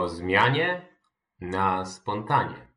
o zmianie na spontanie.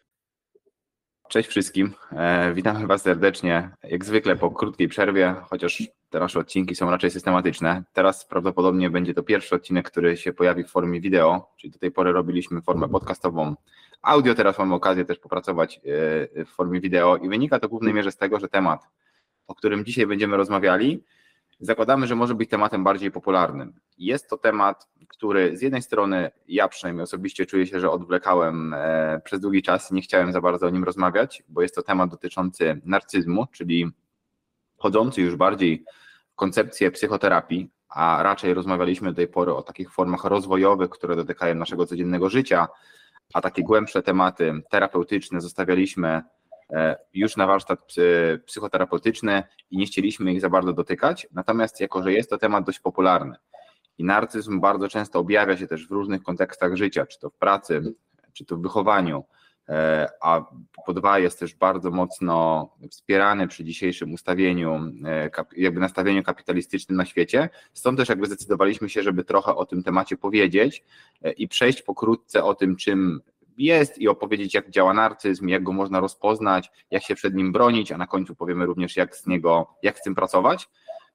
Cześć wszystkim, witamy Was serdecznie, jak zwykle po krótkiej przerwie, chociaż te nasze odcinki są raczej systematyczne. Teraz prawdopodobnie będzie to pierwszy odcinek, który się pojawi w formie wideo, czyli do tej pory robiliśmy formę podcastową, audio, teraz mamy okazję też popracować w formie wideo i wynika to w głównej mierze z tego, że temat, o którym dzisiaj będziemy rozmawiali, zakładamy, że może być tematem bardziej popularnym. Jest to temat, który z jednej strony ja przynajmniej osobiście czuję się, że odwlekałem przez długi czas i nie chciałem za bardzo o nim rozmawiać, bo jest to temat dotyczący narcyzmu, czyli wchodzący już bardziej w koncepcję psychoterapii, a raczej rozmawialiśmy do tej pory o takich formach rozwojowych, które dotykają naszego codziennego życia, a takie głębsze tematy terapeutyczne zostawialiśmy już na warsztat psychoterapeutyczny i nie chcieliśmy ich za bardzo dotykać, natomiast jako, że jest to temat dość popularny i narcyzm bardzo często objawia się też w różnych kontekstach życia, czy to w pracy, czy to w wychowaniu, a po dwa jest też bardzo mocno wspierany przy dzisiejszym ustawieniu, jakby nastawieniu kapitalistycznym na świecie, stąd też jakby zdecydowaliśmy się, żeby trochę o tym temacie powiedzieć i przejść pokrótce o tym, czym jest i opowiedzieć, jak działa narcyzm, jak go można rozpoznać, jak się przed nim bronić, a na końcu powiemy również, jak z tym pracować.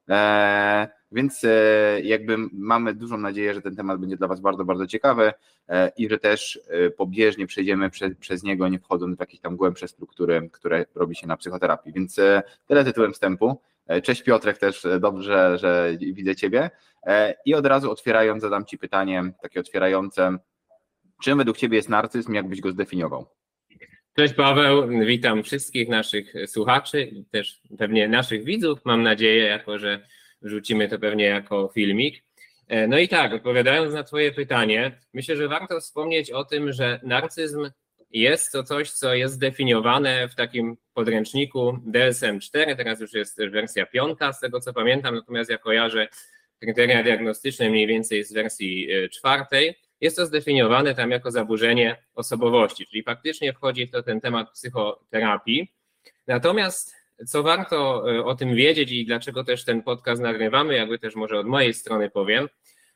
Więc jakby mamy dużą nadzieję, że ten temat będzie dla Was bardzo, bardzo ciekawy i że też pobieżnie przejdziemy przez niego, nie wchodząc w jakieś tam głębsze struktury, które robi się na psychoterapii. Więc tyle tytułem wstępu. Cześć Piotrek, też dobrze, że widzę Ciebie. I od razu otwierając, zadam Ci pytanie takie otwierające. Czym według Ciebie jest narcyzm, jak byś go zdefiniował? Cześć Paweł, witam wszystkich naszych słuchaczy i też pewnie naszych widzów, mam nadzieję, jako że wrzucimy to pewnie jako filmik. No i tak, odpowiadając na Twoje pytanie, myślę, że warto wspomnieć o tym, że narcyzm jest to coś, co jest zdefiniowane w takim podręczniku DSM-4, teraz już jest też wersja 5, z tego co pamiętam, natomiast ja kojarzę kryteria diagnostyczne mniej więcej z wersji 4. Jest to zdefiniowane tam jako zaburzenie osobowości, czyli faktycznie wchodzi w to ten temat psychoterapii. Natomiast co warto o tym wiedzieć i dlaczego też ten podcast nagrywamy, jakby też może od mojej strony powiem,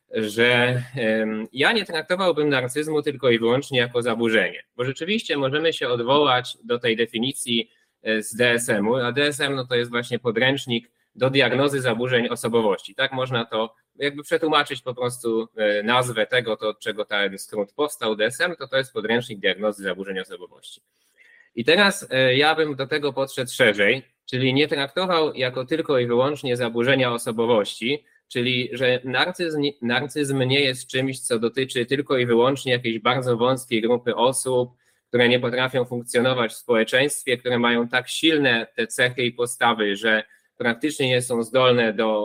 że ja nie traktowałbym narcyzmu tylko i wyłącznie jako zaburzenie, bo rzeczywiście możemy się odwołać do tej definicji z DSM-u, a DSM no to jest właśnie podręcznik do diagnozy zaburzeń osobowości. Tak można to jakby przetłumaczyć po prostu nazwę tego, to od czego ten skrót powstał, DSM, to jest podręcznik diagnozy zaburzeń osobowości. I teraz ja bym do tego podszedł szerzej, czyli nie traktował jako tylko i wyłącznie zaburzenia osobowości, czyli że narcyzm nie jest czymś, co dotyczy tylko i wyłącznie jakiejś bardzo wąskiej grupy osób, które nie potrafią funkcjonować w społeczeństwie, które mają tak silne te cechy i postawy, że praktycznie nie są zdolne do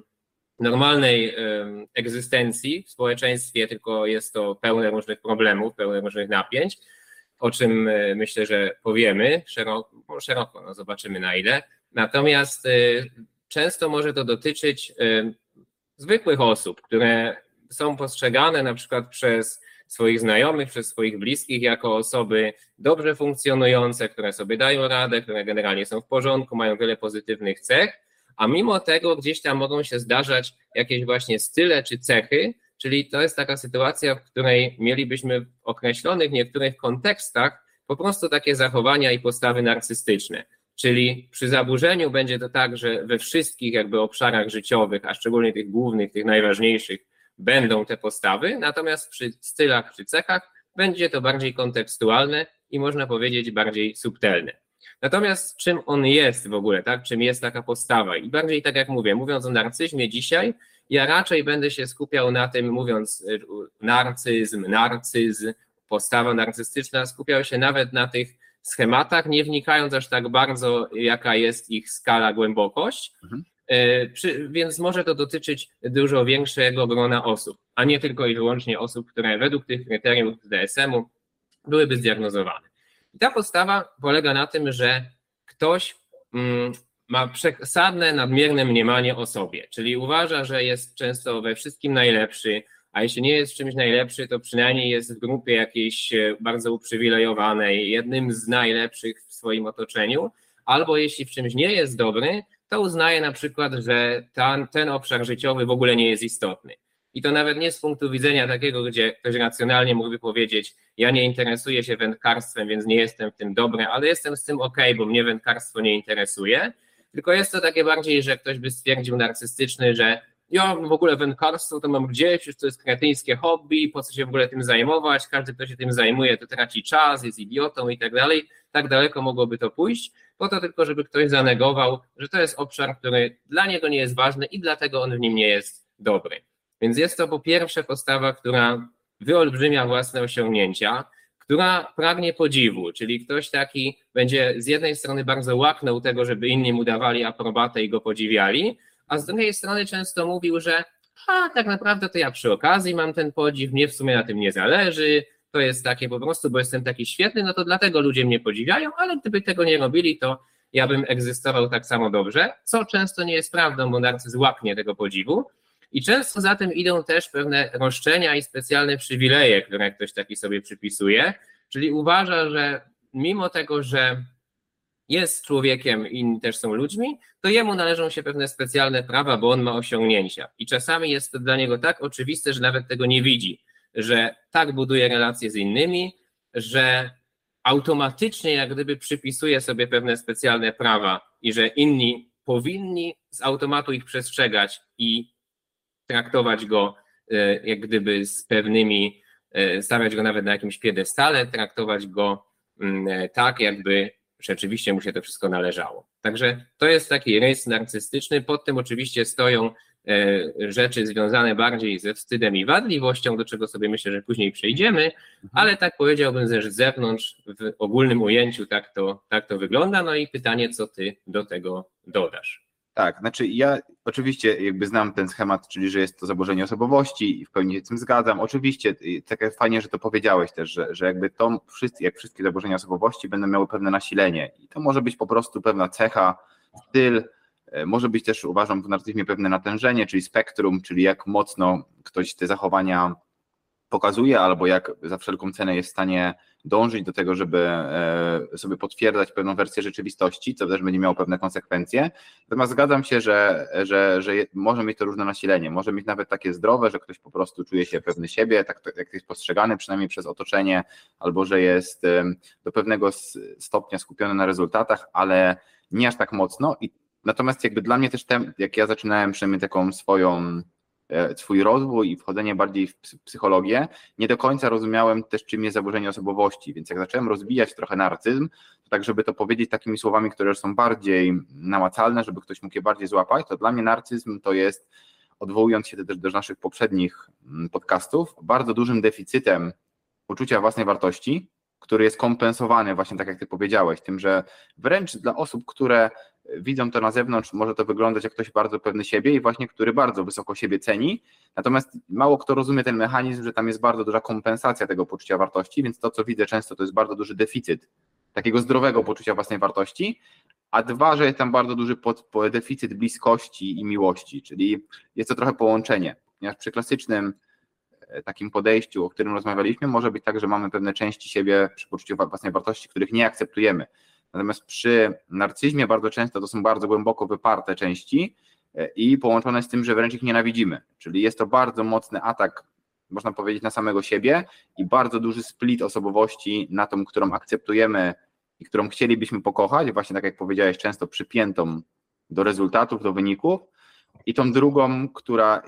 normalnej egzystencji w społeczeństwie, tylko jest to pełne różnych problemów, pełne różnych napięć, o czym myślę, że powiemy szeroko, no zobaczymy na ile. Natomiast często może to dotyczyć zwykłych osób, które są postrzegane na przykład przez swoich znajomych, przez swoich bliskich jako osoby dobrze funkcjonujące, które sobie dają radę, które generalnie są w porządku, mają wiele pozytywnych cech, a mimo tego gdzieś tam mogą się zdarzać jakieś właśnie style czy cechy, czyli to jest taka sytuacja, w której mielibyśmy w określonych niektórych kontekstach po prostu takie zachowania i postawy narcystyczne. Czyli przy zaburzeniu będzie to tak, że we wszystkich jakby obszarach życiowych, a szczególnie tych głównych, tych najważniejszych, będą te postawy, natomiast przy stylach, przy cechach będzie to bardziej kontekstualne i można powiedzieć bardziej subtelne. Natomiast czym on jest w ogóle, tak? Czym jest taka postawa? I bardziej tak jak mówię, mówiąc o narcyzmie dzisiaj, ja raczej będę się skupiał na tym, mówiąc narcyzm, postawa narcystyczna, skupiał się nawet na tych schematach, nie wnikając aż tak bardzo, jaka jest ich skala, głębokość, więc może to dotyczyć dużo większego grona osób, a nie tylko i wyłącznie osób, które według tych kryteriów z DSM-u byłyby zdiagnozowane. I ta postawa polega na tym, że ktoś ma przesadne, nadmierne mniemanie o sobie, czyli uważa, że jest często we wszystkim najlepszy, a jeśli nie jest w czymś najlepszy, to przynajmniej jest w grupie jakiejś bardzo uprzywilejowanej, jednym z najlepszych w swoim otoczeniu, albo jeśli w czymś nie jest dobry, to uznaje na przykład, że ten obszar życiowy w ogóle nie jest istotny. i to nawet nie z punktu widzenia takiego, gdzie ktoś racjonalnie mógłby powiedzieć, ja nie interesuję się wędkarstwem, więc nie jestem w tym dobry, ale jestem z tym okej, bo mnie wędkarstwo nie interesuje, tylko jest to takie bardziej, że ktoś by stwierdził narcystyczny, że ja w ogóle wędkarstwo to mam gdzieś, już to jest kretyńskie hobby, po co się w ogóle tym zajmować, każdy, kto się tym zajmuje, to traci czas, jest idiotą i tak dalej, tak daleko mogłoby to pójść, po to tylko, żeby ktoś zanegował, że to jest obszar, który dla niego nie jest ważny i dlatego on w nim nie jest dobry. Więc jest to po pierwsze postawa, która wyolbrzymia własne osiągnięcia, która pragnie podziwu, czyli ktoś taki będzie z jednej strony bardzo łaknął tego, żeby inni mu dawali aprobatę i go podziwiali, a z drugiej strony często mówił, że tak naprawdę to ja przy okazji mam ten podziw, mnie w sumie na tym nie zależy, to jest takie po prostu, bo jestem taki świetny, no to dlatego ludzie mnie podziwiają, ale gdyby tego nie robili, to ja bym egzystował tak samo dobrze, co często nie jest prawdą, bo narcyz łaknie tego podziwu i często za tym idą też pewne roszczenia i specjalne przywileje, które ktoś taki sobie przypisuje, czyli uważa, że mimo tego, że jest człowiekiem i inni też są ludźmi, to jemu należą się pewne specjalne prawa, bo on ma osiągnięcia. I czasami jest to dla niego tak oczywiste, że nawet tego nie widzi, że tak buduje relacje z innymi, że automatycznie jak gdyby przypisuje sobie pewne specjalne prawa i że inni powinni z automatu ich przestrzegać i traktować go jak gdyby z pewnymi, stawiać go nawet na jakimś piedestale, traktować go tak, jakby rzeczywiście mu się to wszystko należało. Także to jest taki rys narcystyczny, pod tym oczywiście stoją rzeczy związane bardziej ze wstydem i wadliwością, do czego sobie myślę, że później przejdziemy, ale tak powiedziałbym, że z zewnątrz w ogólnym ujęciu tak to wygląda, no i pytanie, co ty do tego dodasz? Tak, znaczy ja oczywiście jakby znam ten schemat, czyli że jest to zaburzenie osobowości i w pełni się z tym zgadzam. Oczywiście tak fajnie, że to powiedziałeś też, że jakby to jak wszystkie zaburzenia osobowości będą miały pewne nasilenie i to może być po prostu pewna cecha, styl, może być też uważam w narcyzmie pewne natężenie, czyli spektrum, czyli jak mocno ktoś te zachowania pokazuje albo jak za wszelką cenę jest w stanie dążyć do tego, żeby sobie potwierdzać pewną wersję rzeczywistości, co też będzie miało pewne konsekwencje. Natomiast zgadzam się, że może mieć to różne nasilenie, może mieć nawet takie zdrowe, że ktoś po prostu czuje się pewny siebie, tak jak jest postrzegany przynajmniej przez otoczenie, albo że jest do pewnego stopnia skupiony na rezultatach, ale nie aż tak mocno. Natomiast jakby dla mnie też jak ja zaczynałem przynajmniej taką swój rozwój i wchodzenie bardziej w psychologię, nie do końca rozumiałem też, czym jest zaburzenie osobowości, więc jak zacząłem rozwijać trochę narcyzm, to tak żeby to powiedzieć takimi słowami, które są bardziej namacalne, żeby ktoś mógł je bardziej złapać, to dla mnie narcyzm to jest, odwołując się też do naszych poprzednich podcastów, bardzo dużym deficytem poczucia własnej wartości, który jest kompensowany właśnie tak jak ty powiedziałeś, tym, że wręcz dla osób, które widzą to na zewnątrz, może to wyglądać jak ktoś bardzo pewny siebie i właśnie który bardzo wysoko siebie ceni, natomiast mało kto rozumie ten mechanizm, że tam jest bardzo duża kompensacja tego poczucia wartości, więc to, co widzę często, to jest bardzo duży deficyt takiego zdrowego poczucia własnej wartości, a dwa, że jest tam bardzo duży deficyt bliskości i miłości, czyli jest to trochę połączenie, ponieważ przy klasycznym takim podejściu, o którym rozmawialiśmy, może być tak, że mamy pewne części siebie przy poczuciu własnej wartości, których nie akceptujemy. Natomiast przy narcyzmie bardzo często to są bardzo głęboko wyparte części i połączone z tym, że wręcz ich nienawidzimy. Czyli jest to bardzo mocny atak, można powiedzieć, na samego siebie i bardzo duży split osobowości na tą, którą akceptujemy i którą chcielibyśmy pokochać, właśnie tak jak powiedziałeś, często przypiętą do rezultatów, do wyników, i tą drugą, która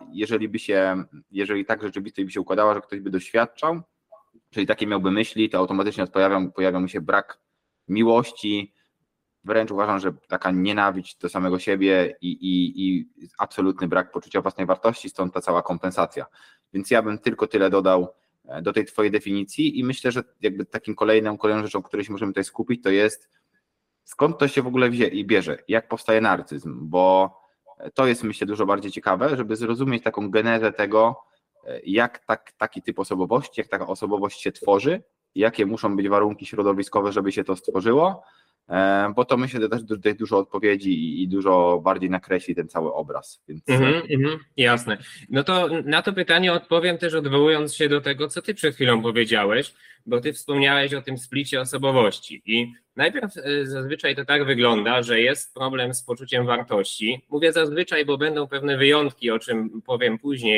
jeżeli tak rzeczywiście by się układała, że ktoś by doświadczał, czyli takie miałby myśli, to automatycznie pojawia mu się brak miłości, wręcz uważam, że taka nienawiść do samego siebie i absolutny brak poczucia własnej wartości, stąd ta cała kompensacja. Więc ja bym tylko tyle dodał do tej twojej definicji i myślę, że jakby kolejną rzeczą, o której się możemy tutaj skupić, to jest skąd to się w ogóle bierze, jak powstaje narcyzm, bo to jest myślę dużo bardziej ciekawe, żeby zrozumieć taką genezę tego, jak taki typ osobowości, jak taka osobowość się tworzy, jakie muszą być warunki środowiskowe, żeby się to stworzyło, bo to myślę, że też tutaj dużo odpowiedzi i dużo bardziej nakreśli ten cały obraz. Więc... Jasne. No to na to pytanie odpowiem też odwołując się do tego, co ty przed chwilą powiedziałeś, bo ty wspomniałeś o tym splicie osobowości i najpierw zazwyczaj to tak wygląda, że jest problem z poczuciem wartości. Mówię zazwyczaj, bo będą pewne wyjątki, o czym powiem później,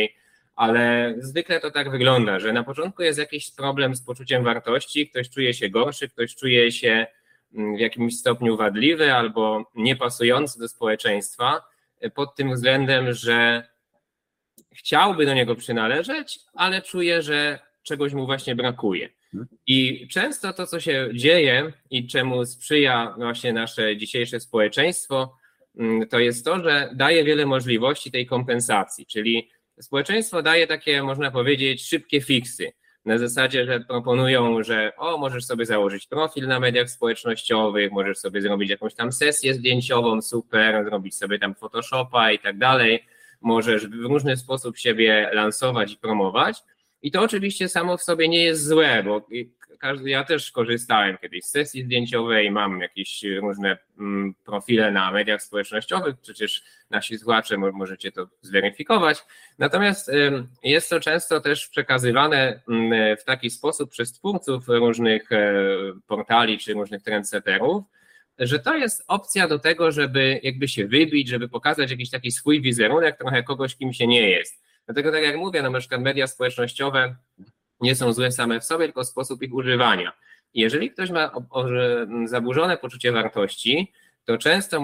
ale zwykle to tak wygląda, że na początku jest jakiś problem z poczuciem wartości, ktoś czuje się gorszy, ktoś czuje się w jakimś stopniu wadliwy albo niepasujący do społeczeństwa pod tym względem, że chciałby do niego przynależeć, ale czuje, że czegoś mu właśnie brakuje. I często to, co się dzieje i czemu sprzyja właśnie nasze dzisiejsze społeczeństwo, to jest to, że daje wiele możliwości tej kompensacji, czyli społeczeństwo daje takie, można powiedzieć, szybkie fiksy. Na zasadzie, że proponują, że możesz sobie założyć profil na mediach społecznościowych, możesz sobie zrobić jakąś tam sesję zdjęciową, super, zrobić sobie tam Photoshopa i tak dalej, możesz w różny sposób siebie lansować i promować. I to oczywiście samo w sobie nie jest złe, bo ja też korzystałem kiedyś z sesji zdjęciowej, mam jakieś różne profile na mediach społecznościowych, przecież nasi słuchacze możecie to zweryfikować. Natomiast jest to często też przekazywane w taki sposób przez twórców różnych portali czy różnych trendsetterów, że to jest opcja do tego, żeby jakby się wybić, żeby pokazać jakiś taki swój wizerunek, trochę kogoś, kim się nie jest. Dlatego tak jak mówię, na przykład media społecznościowe nie są złe same w sobie, tylko sposób ich używania. I jeżeli ktoś ma zaburzone poczucie wartości, to często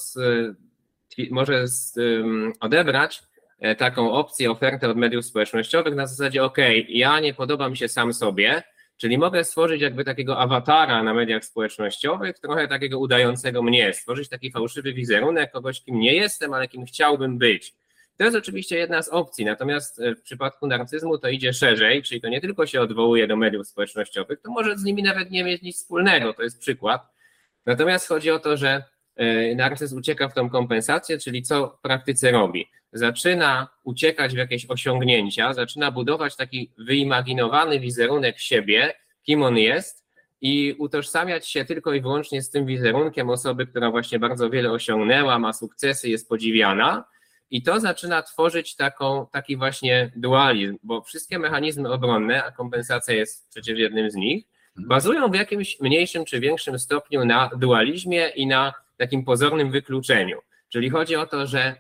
może odebrać taką opcję, ofertę od mediów społecznościowych na zasadzie ja nie podobam się sam sobie, czyli mogę stworzyć jakby takiego awatara na mediach społecznościowych, trochę takiego udającego mnie, stworzyć taki fałszywy wizerunek kogoś, kim nie jestem, ale kim chciałbym być. To jest oczywiście jedna z opcji, natomiast w przypadku narcyzmu to idzie szerzej, czyli to nie tylko się odwołuje do mediów społecznościowych, to może z nimi nawet nie mieć nic wspólnego, to jest przykład. Natomiast chodzi o to, że narcyz ucieka w tą kompensację, czyli co w praktyce robi? Zaczyna uciekać w jakieś osiągnięcia, zaczyna budować taki wyimaginowany wizerunek siebie, kim on jest i utożsamiać się tylko i wyłącznie z tym wizerunkiem osoby, która właśnie bardzo wiele osiągnęła, ma sukcesy, jest podziwiana. I to zaczyna tworzyć taki właśnie dualizm, bo wszystkie mechanizmy obronne, a kompensacja jest przecież jednym z nich, bazują w jakimś mniejszym czy większym stopniu na dualizmie i na takim pozornym wykluczeniu. Czyli chodzi o to, że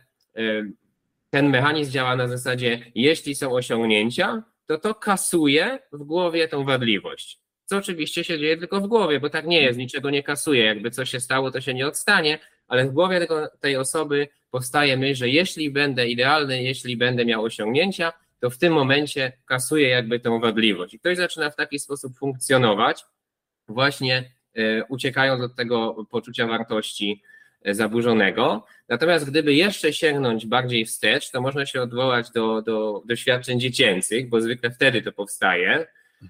ten mechanizm działa na zasadzie, jeśli są osiągnięcia, to kasuje w głowie tą wadliwość. Co oczywiście się dzieje tylko w głowie, bo tak nie jest, niczego nie kasuje, jakby coś się stało, to się nie odstanie, ale w głowie tej osoby powstaje myśl, że jeśli będę idealny, jeśli będę miał osiągnięcia, to w tym momencie kasuje jakby tą wadliwość. I ktoś zaczyna w taki sposób funkcjonować, właśnie uciekając od tego poczucia wartości zaburzonego. Natomiast gdyby jeszcze sięgnąć bardziej wstecz, to można się odwołać do doświadczeń dziecięcych, bo zwykle wtedy to powstaje.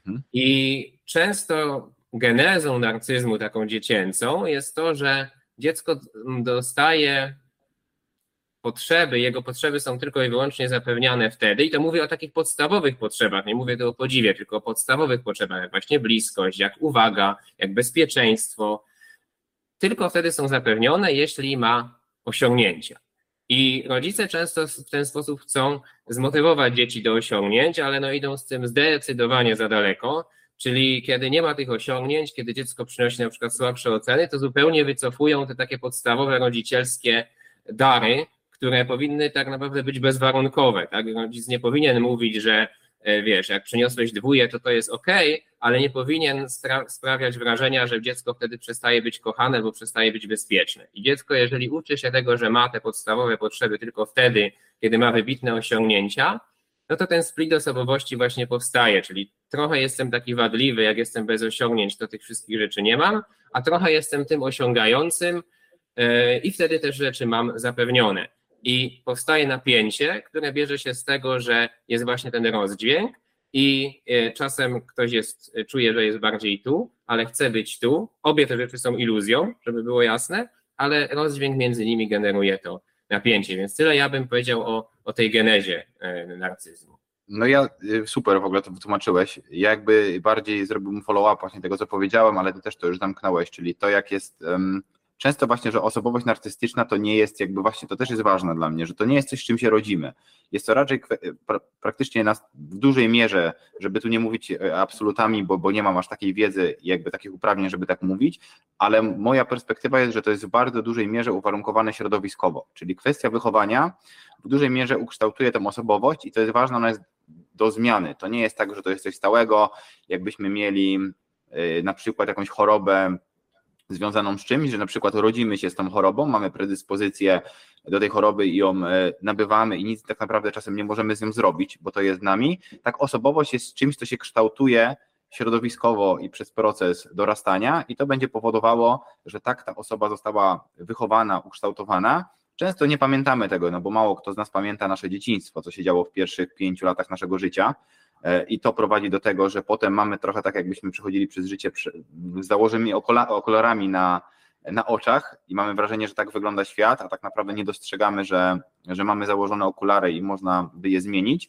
I często genezą narcyzmu taką dziecięcą jest to, że dziecko dostaje potrzeby, jego potrzeby są tylko i wyłącznie zapewniane wtedy i to mówię o takich podstawowych potrzebach, nie mówię tu o podziwie, tylko o podstawowych potrzebach, jak właśnie bliskość, jak uwaga, jak bezpieczeństwo. Tylko wtedy są zapewnione, jeśli ma osiągnięcia. I rodzice często w ten sposób chcą zmotywować dzieci do osiągnięć, ale idą z tym zdecydowanie za daleko, czyli kiedy nie ma tych osiągnięć, kiedy dziecko przynosi na przykład słabsze oceny, to zupełnie wycofują te takie podstawowe rodzicielskie dary, które powinny tak naprawdę być bezwarunkowe. Tak? Rodzic nie powinien mówić, że wiesz, jak przyniosłeś 2, to jest okej, ale nie powinien sprawiać wrażenia, że dziecko wtedy przestaje być kochane, bo przestaje być bezpieczne. I dziecko, jeżeli uczy się tego, że ma te podstawowe potrzeby tylko wtedy, kiedy ma wybitne osiągnięcia, to ten split osobowości właśnie powstaje, czyli trochę jestem taki wadliwy, jak jestem bez osiągnięć, to tych wszystkich rzeczy nie mam, a trochę jestem tym osiągającym i wtedy też rzeczy mam zapewnione. I powstaje napięcie, które bierze się z tego, że jest właśnie ten rozdźwięk i czasem ktoś czuje, że jest bardziej tu, ale chce być tu. Obie te rzeczy są iluzją, żeby było jasne, ale rozdźwięk między nimi generuje to napięcie. Więc tyle ja bym powiedział o tej genezie narcyzmu. No super w ogóle to wytłumaczyłeś. Ja jakby bardziej zrobiłbym follow-up właśnie tego, co powiedziałem, ale ty też to już zamknąłeś, czyli to jak jest... Często właśnie, że osobowość narcystyczna to nie jest jakby właśnie, to też jest ważne dla mnie, że to nie jest coś, z czym się rodzimy. Jest to raczej praktycznie w dużej mierze, żeby tu nie mówić absolutami, bo nie mam aż takiej wiedzy, jakby takich uprawnień, żeby tak mówić, ale moja perspektywa jest, że to jest w bardzo dużej mierze uwarunkowane środowiskowo, czyli kwestia wychowania w dużej mierze ukształtuje tę osobowość i to jest ważne, ona jest do zmiany. To nie jest tak, że to jest coś stałego, jakbyśmy mieli na przykład jakąś chorobę związaną z czymś, że na przykład rodzimy się z tą chorobą, mamy predyspozycję do tej choroby i ją nabywamy i nic tak naprawdę czasem nie możemy z nią zrobić, bo to jest z nami. Tak osobowość jest czymś, co się kształtuje środowiskowo i przez proces dorastania i to będzie powodowało, że tak ta osoba została wychowana, ukształtowana. Często nie pamiętamy tego, no bo mało kto z nas pamięta nasze dzieciństwo, co się działo w pierwszych 5 latach naszego życia i to prowadzi do tego, że potem mamy trochę tak, jakbyśmy przechodzili przez życie z założonymi okularami na oczach i mamy wrażenie, że tak wygląda świat, a tak naprawdę nie dostrzegamy, że mamy założone okulary i można by je zmienić.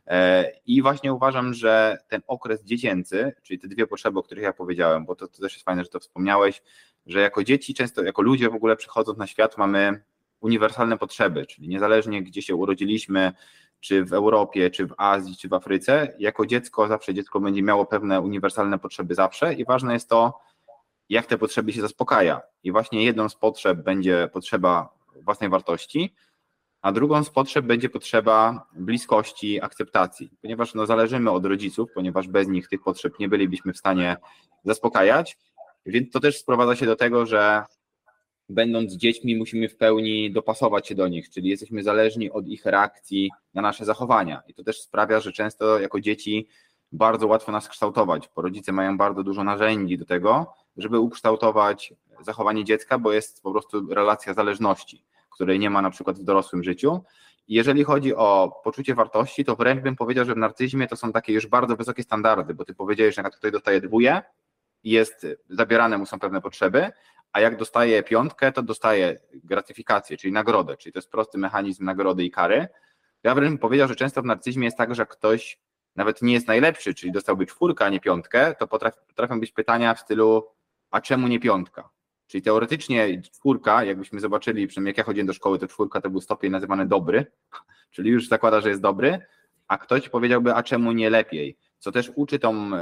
I właśnie uważam, że ten okres dziecięcy, czyli te dwie potrzeby, o których ja powiedziałem, bo to też jest fajne, że to wspomniałeś, że jako dzieci, często jako ludzie w ogóle przychodząc na świat mamy uniwersalne potrzeby, czyli niezależnie gdzie się urodziliśmy, czy w Europie, czy w Azji, czy w Afryce, jako dziecko zawsze dziecko będzie miało pewne uniwersalne potrzeby zawsze i ważne jest to, jak te potrzeby się zaspokaja. I właśnie jedną z potrzeb będzie potrzeba własnej wartości, a drugą z potrzeb będzie potrzeba bliskości, akceptacji, ponieważ zależymy od rodziców, ponieważ bez nich tych potrzeb nie bylibyśmy w stanie zaspokajać, więc to też sprowadza się do tego, że będąc dziećmi musimy w pełni dopasować się do nich, czyli jesteśmy zależni od ich reakcji na nasze zachowania i to też sprawia, że często jako dzieci bardzo łatwo nas kształtować, bo rodzice mają bardzo dużo narzędzi do tego, żeby ukształtować zachowanie dziecka, bo jest po prostu relacja zależności, której nie ma na przykład w dorosłym życiu. I jeżeli chodzi o poczucie wartości, to wręcz bym powiedział, że w narcyzmie to są takie już bardzo wysokie standardy, bo ty powiedziałeś, że jak ktoś dostaje 2 i jest zabierane mu są pewne potrzeby, a jak dostaje 5, to dostaje gratyfikację, czyli nagrodę, czyli to jest prosty mechanizm nagrody i kary. Ja wręcz bym powiedział, że często w narcyzmie jest tak, że ktoś nawet nie jest najlepszy, czyli dostałby 4, a nie 5, to potrafią być pytania w stylu, a czemu nie 5? Czyli teoretycznie 4, jakbyśmy zobaczyli, przynajmniej jak ja chodziłem do szkoły, to 4 to był stopień nazywany dobry, czyli już zakłada, że jest dobry, a ktoś powiedziałby, a czemu nie lepiej? Co też uczy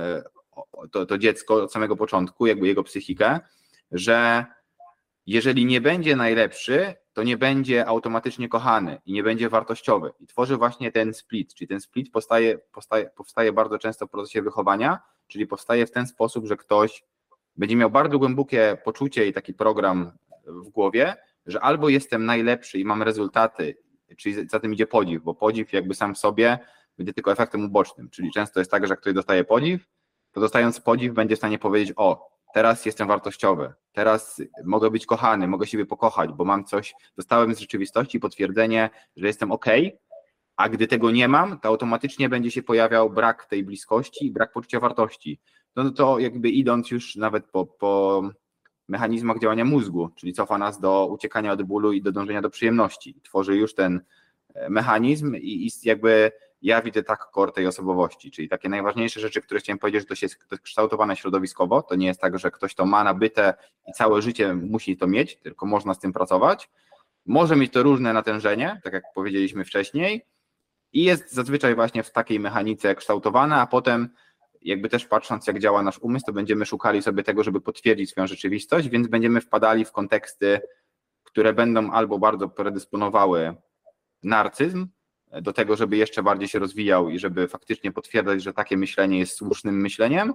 to dziecko od samego początku, jakby jego psychikę, że jeżeli nie będzie najlepszy, to nie będzie automatycznie kochany i nie będzie wartościowy. I tworzy właśnie ten split, czyli ten split powstaje bardzo często w procesie wychowania, czyli powstaje w ten sposób, że ktoś będzie miał bardzo głębokie poczucie i taki program w głowie, że albo jestem najlepszy i mam rezultaty, czyli za tym idzie podziw, bo podziw jakby sam w sobie będzie tylko efektem ubocznym, czyli często jest tak, że jak ktoś dostaje podziw, to dostając podziw będzie w stanie powiedzieć, o, teraz jestem wartościowy, teraz mogę być kochany, mogę siebie pokochać, bo mam coś, dostałem z rzeczywistości potwierdzenie, że jestem okej, a gdy tego nie mam, to automatycznie będzie się pojawiał brak tej bliskości i brak poczucia wartości. No to jakby idąc już nawet po mechanizmach działania mózgu, czyli cofa nas do uciekania od bólu i do dążenia do przyjemności. Tworzy już ten mechanizm i jakby ja widzę tak core tej osobowości, czyli takie najważniejsze rzeczy, które chciałem powiedzieć, że to jest kształtowane środowiskowo, to nie jest tak, że ktoś to ma nabyte i całe życie musi to mieć, tylko można z tym pracować. Może mieć to różne natężenie, tak jak powiedzieliśmy wcześniej, i jest zazwyczaj właśnie w takiej mechanice kształtowane, a potem jakby też patrząc, jak działa nasz umysł, to będziemy szukali sobie tego, żeby potwierdzić swoją rzeczywistość, więc będziemy wpadali w konteksty, które będą albo bardzo predysponowały narcyzm do tego, żeby jeszcze bardziej się rozwijał i żeby faktycznie potwierdzać, że takie myślenie jest słusznym myśleniem,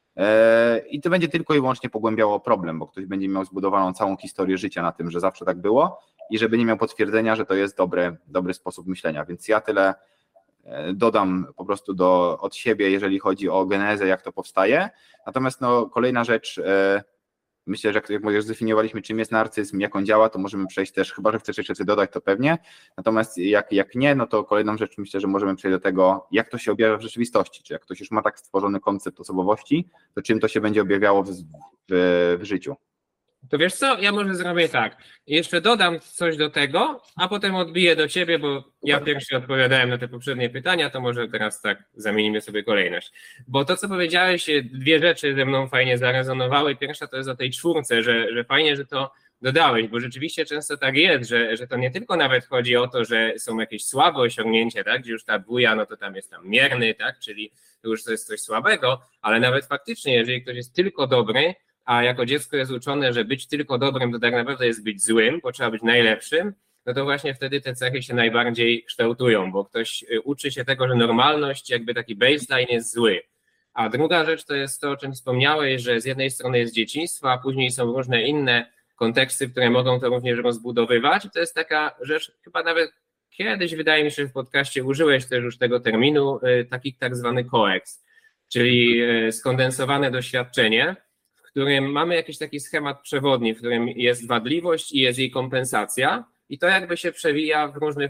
i to będzie tylko i wyłącznie pogłębiało problem, bo ktoś będzie miał zbudowaną całą historię życia na tym, że zawsze tak było i żeby nie miał potwierdzenia, że to jest dobry sposób myślenia, więc ja tyle dodam po prostu od siebie, jeżeli chodzi o genezę, jak to powstaje. Natomiast kolejna rzecz, myślę, że jak już zdefiniowaliśmy, czym jest narcyzm, jak on działa, to możemy przejść też, chyba że chcesz jeszcze coś dodać, to pewnie. Natomiast jak nie, no to kolejną rzecz myślę, że możemy przejść do tego, jak to się objawia w rzeczywistości. Czy jak ktoś już ma tak stworzony koncept osobowości, to czym to się będzie objawiało w życiu. To wiesz co, ja może zrobię tak. Jeszcze dodam coś do tego, a potem odbiję do ciebie, bo ja pierwszy odpowiadałem na te poprzednie pytania, to może teraz tak zamienimy sobie kolejność. Bo to, co powiedziałeś, 2 rzeczy ze mną fajnie zarezonowały. Pierwsza to jest o tej 4, że fajnie, że to dodałeś, bo rzeczywiście często tak jest, że to nie tylko nawet chodzi o to, że są jakieś słabe osiągnięcia, tak, gdzie już ta 2, no to tam jest tam mierny, tak, czyli to już to jest coś słabego, ale nawet faktycznie, jeżeli ktoś jest tylko dobry, a jako dziecko jest uczone, że być tylko dobrym to tak naprawdę jest być złym, bo trzeba być najlepszym, no to właśnie wtedy te cechy się najbardziej kształtują, bo ktoś uczy się tego, że normalność, jakby taki baseline jest zły. A druga rzecz to jest to, o czym wspomniałeś, że z jednej strony jest dzieciństwo, a później są różne inne konteksty, które mogą to również rozbudowywać. To jest taka rzecz, chyba nawet kiedyś, wydaje mi się, że w podcaście użyłeś też już tego terminu, taki tak zwany koeks, czyli skondensowane doświadczenie, w którym mamy jakiś taki schemat przewodni, w którym jest wadliwość i jest jej kompensacja i to jakby się przewija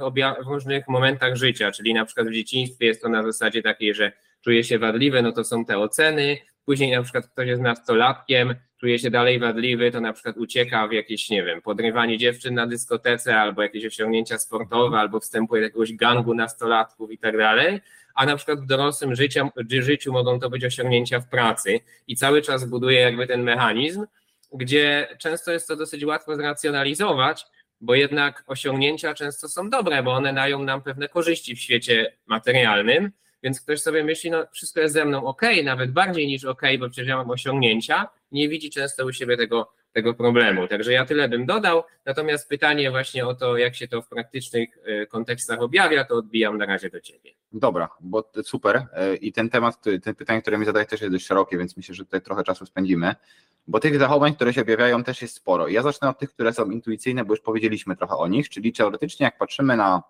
w różnych momentach życia, czyli na przykład w dzieciństwie jest to na zasadzie takiej, że czuje się wadliwy, no to są te oceny, później na przykład ktoś jest nastolatkiem, czuje się dalej wadliwy, to na przykład ucieka w jakieś, nie wiem, podrywanie dziewczyn na dyskotece albo jakieś osiągnięcia sportowe, albo wstępuje do jakiegoś gangu nastolatków i tak dalej, a na przykład w dorosłym życiu mogą to być osiągnięcia w pracy i cały czas buduje jakby ten mechanizm, gdzie często jest to dosyć łatwo zracjonalizować, bo jednak osiągnięcia często są dobre, bo one dają nam pewne korzyści w świecie materialnym, więc ktoś sobie myśli, no wszystko jest ze mną okej, nawet bardziej niż okej, bo przecież ja mam osiągnięcia, nie widzi często u siebie tego problemu. Także ja tyle bym dodał, natomiast pytanie właśnie o to, jak się to w praktycznych kontekstach objawia, to odbijam na razie do Ciebie. Dobra, bo super i ten temat, ten pytanie, które mi zadajesz, też jest dość szerokie, więc myślę, że tutaj trochę czasu spędzimy, bo tych zachowań, które się objawiają, też jest sporo. Ja zacznę od tych, które są intuicyjne, bo już powiedzieliśmy trochę o nich, czyli teoretycznie jak patrzymy na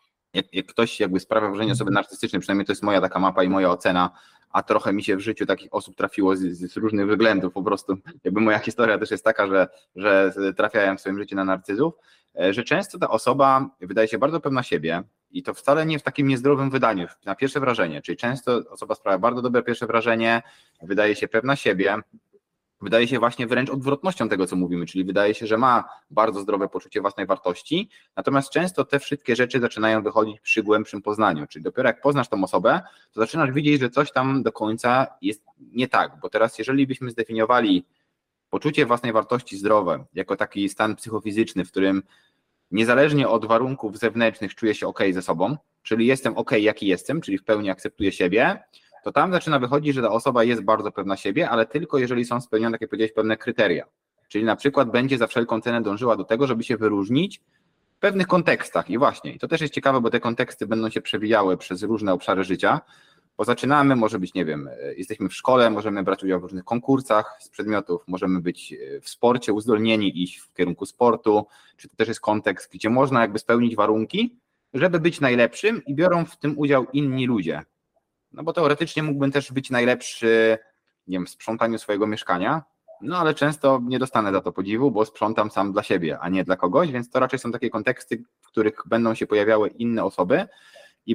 jak ktoś jakby sprawia wrażenie osoby narcystycznej, przynajmniej to jest moja taka mapa i moja ocena, a trochę mi się w życiu takich osób trafiło z różnych względów, po prostu jakby moja historia też jest taka, że trafiałem w swoim życiu na narcyzów, że często ta osoba wydaje się bardzo pewna siebie i to wcale nie w takim niezdrowym wydaniu, na pierwsze wrażenie, czyli często osoba sprawia bardzo dobre pierwsze wrażenie, wydaje się pewna siebie, wydaje się właśnie wręcz odwrotnością tego, co mówimy, czyli wydaje się, że ma bardzo zdrowe poczucie własnej wartości, natomiast często te wszystkie rzeczy zaczynają wychodzić przy głębszym poznaniu, czyli dopiero jak poznasz tą osobę, to zaczynasz widzieć, że coś tam do końca jest nie tak, bo teraz jeżeli byśmy zdefiniowali poczucie własnej wartości zdrowe jako taki stan psychofizyczny, w którym niezależnie od warunków zewnętrznych czuję się okej ze sobą, czyli jestem okej jaki jestem, czyli w pełni akceptuję siebie, to tam zaczyna wychodzić, że ta osoba jest bardzo pewna siebie, ale tylko jeżeli są spełnione, tak jak powiedziałeś, pewne kryteria. Czyli na przykład będzie za wszelką cenę dążyła do tego, żeby się wyróżnić w pewnych kontekstach. I właśnie, to też jest ciekawe, bo te konteksty będą się przewijały przez różne obszary życia, bo zaczynamy, może być, nie wiem, jesteśmy w szkole, możemy brać udział w różnych konkursach z przedmiotów, możemy być w sporcie uzdolnieni, iść w kierunku sportu, czy to też jest kontekst, gdzie można jakby spełnić warunki, żeby być najlepszym i biorą w tym udział inni ludzie. No bo teoretycznie mógłbym też być najlepszy, nie wiem, w sprzątaniu swojego mieszkania, no ale często nie dostanę za to podziwu, bo sprzątam sam dla siebie, a nie dla kogoś, więc to raczej są takie konteksty, w których będą się pojawiały inne osoby i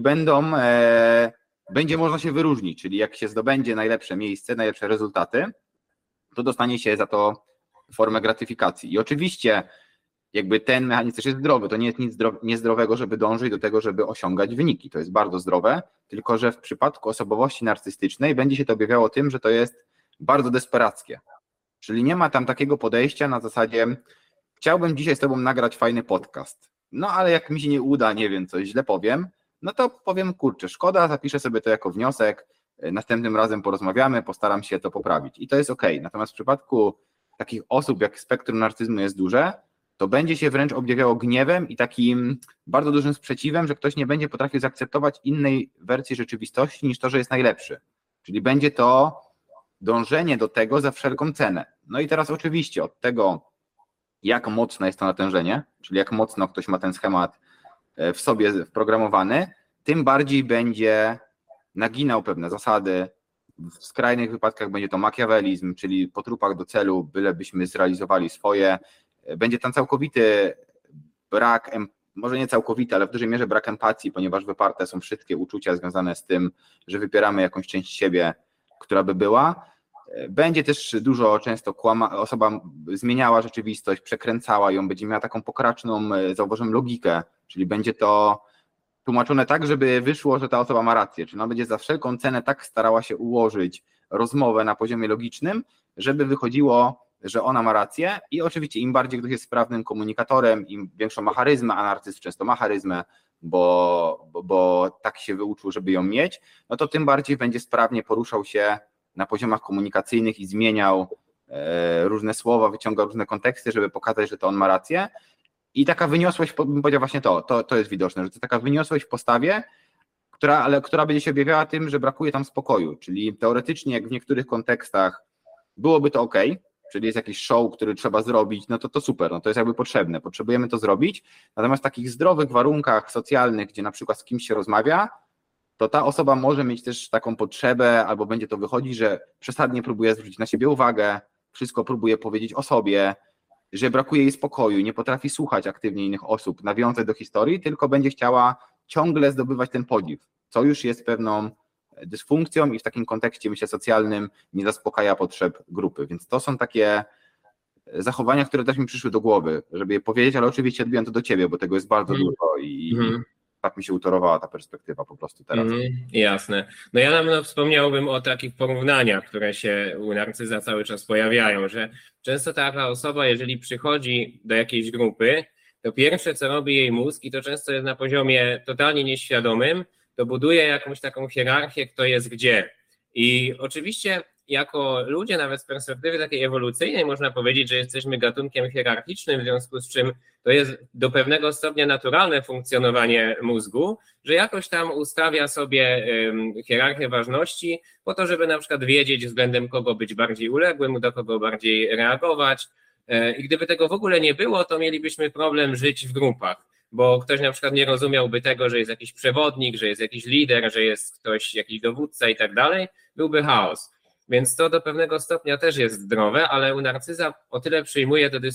będzie można się wyróżnić, czyli jak się zdobędzie najlepsze miejsce, najlepsze rezultaty, to dostanie się za to formę gratyfikacji. I oczywiście jakby ten mechanizm też jest zdrowy, to nie jest nic niezdrowego, żeby dążyć do tego, żeby osiągać wyniki, to jest bardzo zdrowe, tylko że w przypadku osobowości narcystycznej będzie się to objawiało tym, że to jest bardzo desperackie, czyli nie ma tam takiego podejścia na zasadzie chciałbym dzisiaj z tobą nagrać fajny podcast, no ale jak mi się nie uda, nie wiem, coś źle powiem, no to powiem kurczę, szkoda, zapiszę sobie to jako wniosek, następnym razem porozmawiamy, postaram się to poprawić i to jest okej. Natomiast w przypadku takich osób, jak spektrum narcyzmu jest duże, to będzie się wręcz objawiało gniewem i takim bardzo dużym sprzeciwem, że ktoś nie będzie potrafił zaakceptować innej wersji rzeczywistości niż to, że jest najlepszy. Czyli będzie to dążenie do tego za wszelką cenę. No i teraz oczywiście od tego, jak mocne jest to natężenie, czyli jak mocno ktoś ma ten schemat w sobie wprogramowany, tym bardziej będzie naginał pewne zasady. W skrajnych wypadkach będzie to makiawelizm, czyli po trupach do celu, bylebyśmy zrealizowali swoje. Będzie tam całkowity brak, może nie całkowity, ale w dużej mierze brak empatii, ponieważ wyparte są wszystkie uczucia związane z tym, że wypieramy jakąś część siebie, która by była. Będzie też dużo często osoba zmieniała rzeczywistość, przekręcała ją, będzie miała taką pokraczną, zauważyłem, logikę, czyli będzie to tłumaczone tak, żeby wyszło, że ta osoba ma rację, czyli ona będzie za wszelką cenę tak starała się ułożyć rozmowę na poziomie logicznym, żeby wychodziło, że ona ma rację i oczywiście im bardziej ktoś jest sprawnym komunikatorem, im większą ma charyzmę, a narcyz często ma charyzmę, bo tak się wyuczył, żeby ją mieć, no to tym bardziej będzie sprawnie poruszał się na poziomach komunikacyjnych i zmieniał różne słowa, wyciąga różne konteksty, żeby pokazać, że to on ma rację. I taka wyniosłość, bym powiedział właśnie to jest widoczne, że to taka wyniosłość w postawie, która będzie się objawiała tym, że brakuje tam spokoju. Czyli teoretycznie, jak w niektórych kontekstach byłoby to ok, czyli jest jakiś show, który trzeba zrobić, no to super, no to jest jakby potrzebne, potrzebujemy to zrobić, natomiast w takich zdrowych warunkach socjalnych, gdzie na przykład z kimś się rozmawia, to ta osoba może mieć też taką potrzebę, albo będzie to wychodzić, że przesadnie próbuje zwrócić na siebie uwagę, wszystko próbuje powiedzieć o sobie, że brakuje jej spokoju, nie potrafi słuchać aktywnie innych osób, nawiązać do historii, tylko będzie chciała ciągle zdobywać ten podziw, co już jest pewną dysfunkcją i w takim kontekście, myślę, socjalnym nie zaspokaja potrzeb grupy. Więc to są takie zachowania, które też mi przyszły do głowy, żeby je powiedzieć, ale oczywiście odbijam to do ciebie, bo tego jest bardzo dużo i tak mi się utorowała ta perspektywa po prostu teraz. Jasne. No ja na pewno wspomniałbym o takich porównaniach, które się u narcyza cały czas pojawiają, że często taka osoba, jeżeli przychodzi do jakiejś grupy, to pierwsze, co robi jej mózg, i to często jest na poziomie totalnie nieświadomym, to buduje jakąś taką hierarchię, kto jest gdzie. I oczywiście jako ludzie, nawet z perspektywy takiej ewolucyjnej, można powiedzieć, że jesteśmy gatunkiem hierarchicznym, w związku z czym to jest do pewnego stopnia naturalne funkcjonowanie mózgu, że jakoś tam ustawia sobie hierarchię ważności po to, żeby na przykład wiedzieć, względem kogo być bardziej uległym, do kogo bardziej reagować. I gdyby tego w ogóle nie było, to mielibyśmy problem żyć w grupach, bo ktoś na przykład nie rozumiałby tego, że jest jakiś przewodnik, że jest jakiś lider, że jest ktoś, jakiś dowódca i tak dalej, byłby chaos. Więc to do pewnego stopnia też jest zdrowe, ale u narcyza o tyle przyjmuje to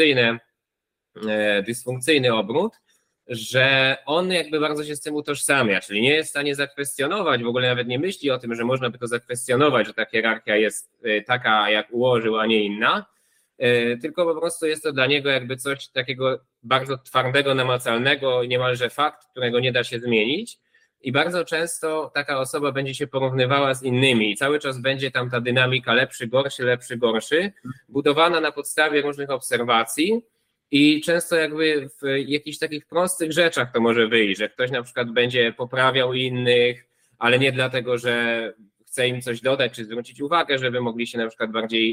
dysfunkcyjny obrót, że on jakby bardzo się z tym utożsamia, czyli nie jest w stanie zakwestionować, w ogóle nawet nie myśli o tym, że można by to zakwestionować, że ta hierarchia jest taka, jak ułożył, a nie inna, tylko po prostu jest to dla niego jakby coś takiego bardzo twardego, namacalnego, niemalże fakt, którego nie da się zmienić. I bardzo często taka osoba będzie się porównywała z innymi i cały czas będzie tam ta dynamika lepszy, gorszy, budowana na podstawie różnych obserwacji i często jakby w jakichś takich prostych rzeczach to może wyjść, że ktoś na przykład będzie poprawiał innych, ale nie dlatego, że chce im coś dodać czy zwrócić uwagę, żeby mogli się na przykład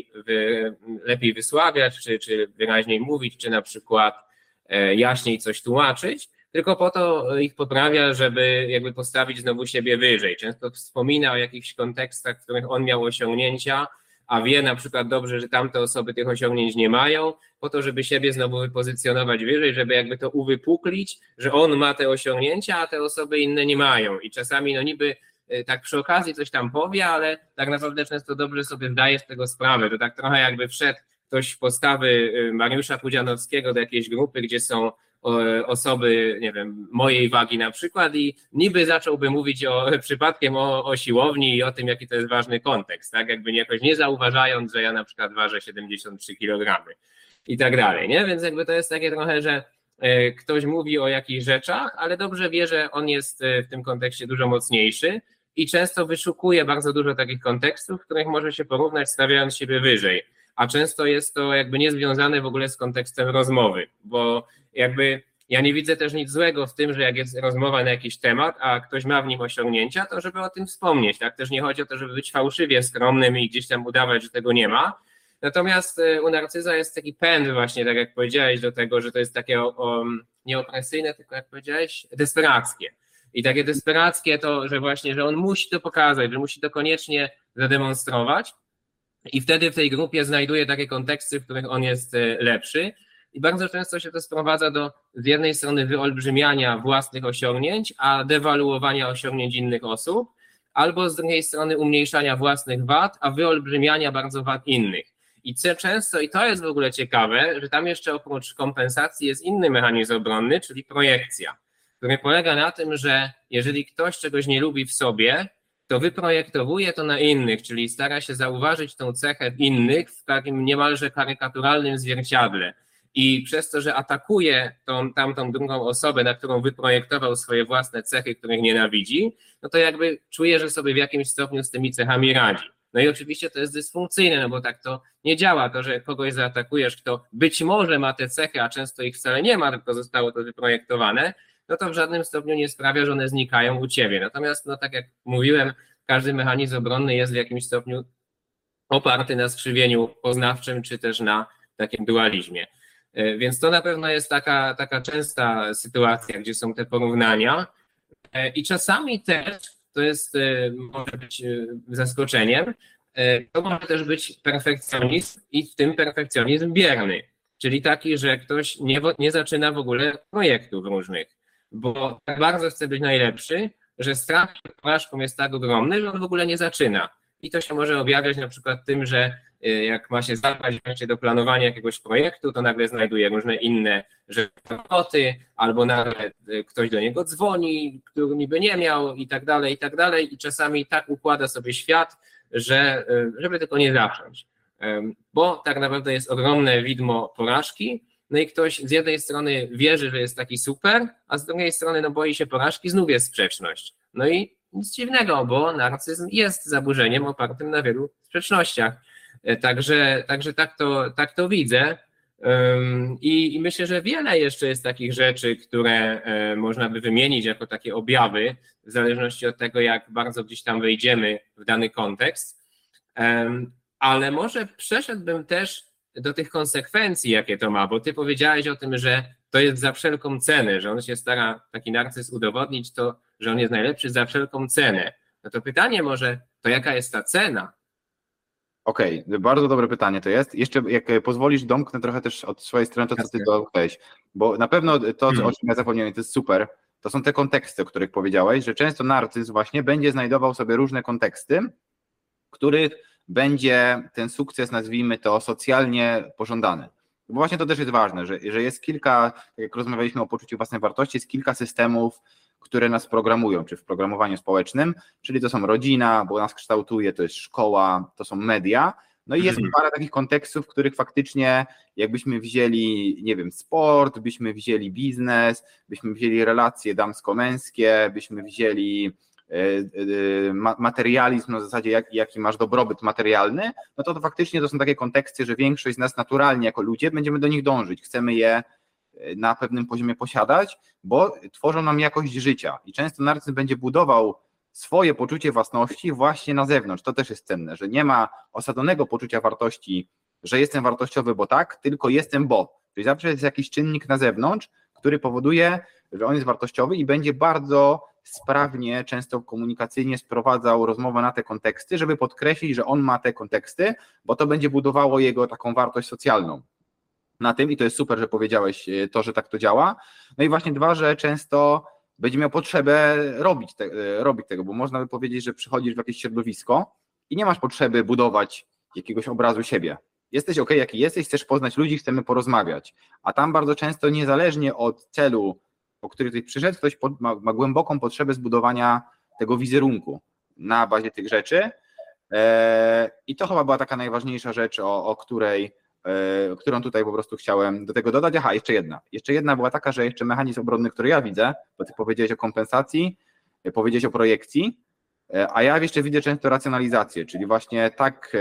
lepiej wysławiać, czy wyraźniej mówić, czy na przykład jaśniej coś tłumaczyć, tylko po to ich poprawia, żeby jakby postawić znowu siebie wyżej. Często wspomina o jakichś kontekstach, w których on miał osiągnięcia, a wie na przykład dobrze, że tamte osoby tych osiągnięć nie mają, po to, żeby siebie znowu wypozycjonować wyżej, żeby jakby to uwypuklić, że on ma te osiągnięcia, a te osoby inne nie mają. I czasami no niby tak przy okazji coś tam powie, ale tak naprawdę często dobrze sobie zdaje z tego sprawę. To tak trochę jakby wszedł ktoś w postawy Mariusza Pudzianowskiego do jakiejś grupy, gdzie są osoby, nie wiem, mojej wagi na przykład i niby zacząłby mówić przypadkiem o siłowni i o tym, jaki to jest ważny kontekst, tak? Jakby jakoś nie zauważając, że ja na przykład ważę 73 kg i tak dalej, nie? Więc jakby to jest takie trochę, że ktoś mówi o jakichś rzeczach, ale dobrze wie, że on jest w tym kontekście dużo mocniejszy i często wyszukuje bardzo dużo takich kontekstów, w których może się porównać, stawiając siebie wyżej. A często jest to jakby niezwiązane w ogóle z kontekstem rozmowy, bo jakby ja nie widzę też nic złego w tym, że jak jest rozmowa na jakiś temat, a ktoś ma w nim osiągnięcia, to żeby o tym wspomnieć, tak? Też nie chodzi o to, żeby być fałszywie skromnym i gdzieś tam udawać, że tego nie ma. Natomiast u narcyza jest taki pęd właśnie, tak jak powiedziałeś, do tego, że to jest takie nie opresyjne, tylko jak powiedziałeś, desperackie. I takie desperackie to, że właśnie, że on musi to pokazać, że musi to koniecznie zademonstrować i wtedy w tej grupie znajduje takie konteksty, w których on jest lepszy. I bardzo często się to sprowadza do z jednej strony wyolbrzymiania własnych osiągnięć, a dewaluowania osiągnięć innych osób, albo z drugiej strony umniejszania własnych wad, a wyolbrzymiania bardzo wad innych. I często, i to jest w ogóle ciekawe, że tam jeszcze oprócz kompensacji jest inny mechanizm obronny, czyli projekcja, który polega na tym, że jeżeli ktoś czegoś nie lubi w sobie, to wyprojektowuje to na innych, czyli stara się zauważyć tą cechę w innych w takim niemalże karykaturalnym zwierciadle. I przez to, że atakuje tamtą drugą osobę, na którą wyprojektował swoje własne cechy, których nienawidzi, no to jakby czuje, że sobie w jakimś stopniu z tymi cechami radzi. No i oczywiście to jest dysfunkcyjne, no bo tak to nie działa. To, że kogoś zaatakujesz, kto być może ma te cechy, a często ich wcale nie ma, tylko zostało to wyprojektowane, no to w żadnym stopniu nie sprawia, że one znikają u ciebie. Natomiast, no tak jak mówiłem, każdy mechanizm obronny jest w jakimś stopniu oparty na skrzywieniu poznawczym, czy też na takim dualizmie. Więc to na pewno jest taka częsta sytuacja, gdzie są te porównania i czasami też, to jest, może być zaskoczeniem, to może też być perfekcjonizm i w tym perfekcjonizm bierny, czyli taki, że ktoś nie zaczyna w ogóle projektów różnych, bo tak bardzo chce być najlepszy, że strach przed porażką jest tak ogromny, że on w ogóle nie zaczyna. I to się może objawiać na przykład tym, że jak ma się zabrać do planowania jakiegoś projektu, to nagle znajduje różne inne rzeczy, albo nagle ktoś do niego dzwoni, który niby nie miał i tak dalej, i tak dalej. I czasami tak układa sobie świat, żeby tylko nie zacząć. Bo tak naprawdę jest ogromne widmo porażki, no i ktoś z jednej strony wierzy, że jest taki super, a z drugiej strony no boi się porażki, znów jest sprzeczność. No i nic dziwnego, bo narcyzm jest zaburzeniem opartym na wielu sprzecznościach. Także tak to widzę. I myślę, że wiele jeszcze jest takich rzeczy, które można by wymienić jako takie objawy, w zależności od tego, jak bardzo gdzieś tam wejdziemy w dany kontekst. Ale może przeszedłbym też do tych konsekwencji, jakie to ma, bo ty powiedziałeś o tym, że to jest za wszelką cenę, że on się stara, taki narcyz, udowodnić to, że on jest najlepszy za wszelką cenę. No to pytanie może, to jaka jest ta cena? Okej, bardzo dobre pytanie to jest. Jeszcze jak pozwolisz, domknę trochę też od swojej strony to, co ty dodałeś, bo na pewno to, o czym ja zapomniałem, to jest super, to są te konteksty, o których powiedziałeś, że często narcyz właśnie będzie znajdował sobie różne konteksty, w których będzie ten sukces, nazwijmy to, socjalnie pożądany. Bo właśnie to też jest ważne, że jest kilka, tak jak rozmawialiśmy o poczuciu własnej wartości, jest kilka systemów, które nas programują, czy w programowaniu społecznym, czyli to są rodzina, bo nas kształtuje, to jest szkoła, to są media, no i jest parę takich kontekstów, w których faktycznie jakbyśmy wzięli, nie wiem, sport, byśmy wzięli biznes, byśmy wzięli relacje damsko-męskie, byśmy wzięli materializm na zasadzie jaki masz dobrobyt materialny, no to faktycznie to są takie konteksty, że większość z nas naturalnie jako ludzie będziemy do nich dążyć, chcemy je na pewnym poziomie posiadać, bo tworzą nam jakość życia i często narcyz będzie budował swoje poczucie własności właśnie na zewnątrz. To też jest cenne, że nie ma osadzonego poczucia wartości, że jestem wartościowy, bo tak, tylko jestem, bo. Czyli zawsze jest jakiś czynnik na zewnątrz, który powoduje, że on jest wartościowy i będzie bardzo sprawnie, często komunikacyjnie sprowadzał rozmowę na te konteksty, żeby podkreślić, że on ma te konteksty, bo to będzie budowało jego taką wartość socjalną na tym i to jest super, że powiedziałeś to, że tak to działa. No i właśnie dwa, że często będzie miał potrzebę robić tego, bo można by powiedzieć, że przychodzisz w jakieś środowisko i nie masz potrzeby budować jakiegoś obrazu siebie. Jesteś okej, jaki jesteś, chcesz poznać ludzi, chcemy porozmawiać, a tam bardzo często niezależnie od celu, po który ktoś przyszedł, ktoś ma głęboką potrzebę zbudowania tego wizerunku na bazie tych rzeczy i to chyba była taka najważniejsza rzecz, o którą tutaj po prostu chciałem do tego dodać. Aha, jeszcze jedna była taka, że jeszcze mechanizm obronny, który ja widzę, bo ty powiedziałeś o kompensacji, powiedziałeś o projekcji, a ja jeszcze widzę często racjonalizację, czyli właśnie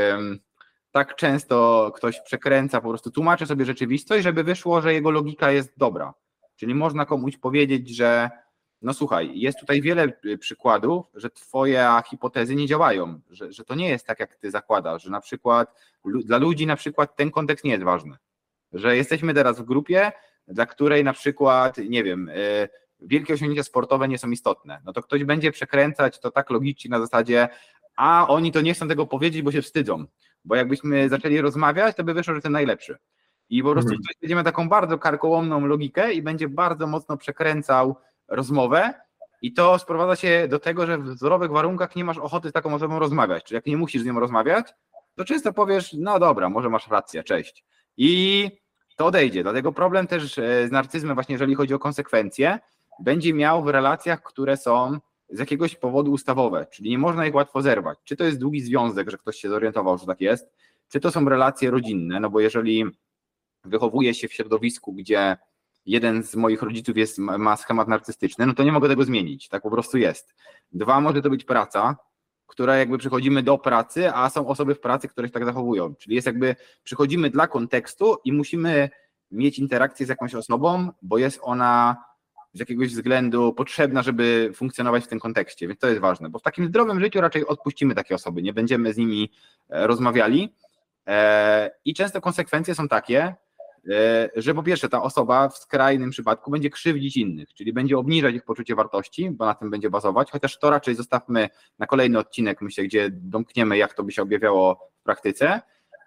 tak często ktoś przekręca, po prostu tłumaczy sobie rzeczywistość, żeby wyszło, że jego logika jest dobra. Czyli można komuś powiedzieć, że no słuchaj, jest tutaj wiele przykładów, że twoje hipotezy nie działają, że to nie jest tak, jak ty zakładasz, że na przykład dla ludzi na przykład ten kontekst nie jest ważny, że jesteśmy teraz w grupie, dla której na przykład, nie wiem, wielkie osiągnięcia sportowe nie są istotne, no to ktoś będzie przekręcać to tak logicznie na zasadzie, a oni to nie chcą tego powiedzieć, bo się wstydzą, bo jakbyśmy zaczęli rozmawiać, to by wyszło, że ten najlepszy. I po prostu ktoś będzie miał taką bardzo karkołomną logikę i będzie bardzo mocno przekręcał rozmowę i to sprowadza się do tego, że w zdrowych warunkach nie masz ochoty z taką osobą rozmawiać, czyli jak nie musisz z nią rozmawiać, to często powiesz, no dobra, może masz rację, cześć. I to odejdzie, dlatego problem też z narcyzmem właśnie, jeżeli chodzi o konsekwencje, będzie miał w relacjach, które są z jakiegoś powodu ustawowe, czyli nie można ich łatwo zerwać. Czy to jest długi związek, że ktoś się zorientował, że tak jest, czy to są relacje rodzinne, no bo jeżeli wychowuję się w środowisku, gdzie jeden z moich rodziców ma schemat narcystyczny, no to nie mogę tego zmienić, tak po prostu jest. Dwa, może to być praca, która jakby przychodzimy do pracy, a są osoby w pracy, które się tak zachowują, czyli jest jakby przychodzimy dla kontekstu i musimy mieć interakcję z jakąś osobą, bo jest ona z jakiegoś względu potrzebna, żeby funkcjonować w tym kontekście, więc to jest ważne, bo w takim zdrowym życiu raczej odpuścimy takie osoby, nie będziemy z nimi rozmawiali i często konsekwencje są takie, że po pierwsze ta osoba w skrajnym przypadku będzie krzywdzić innych, czyli będzie obniżać ich poczucie wartości, bo na tym będzie bazować, chociaż to raczej zostawmy na kolejny odcinek, myślę, gdzie domkniemy, jak to by się objawiało w praktyce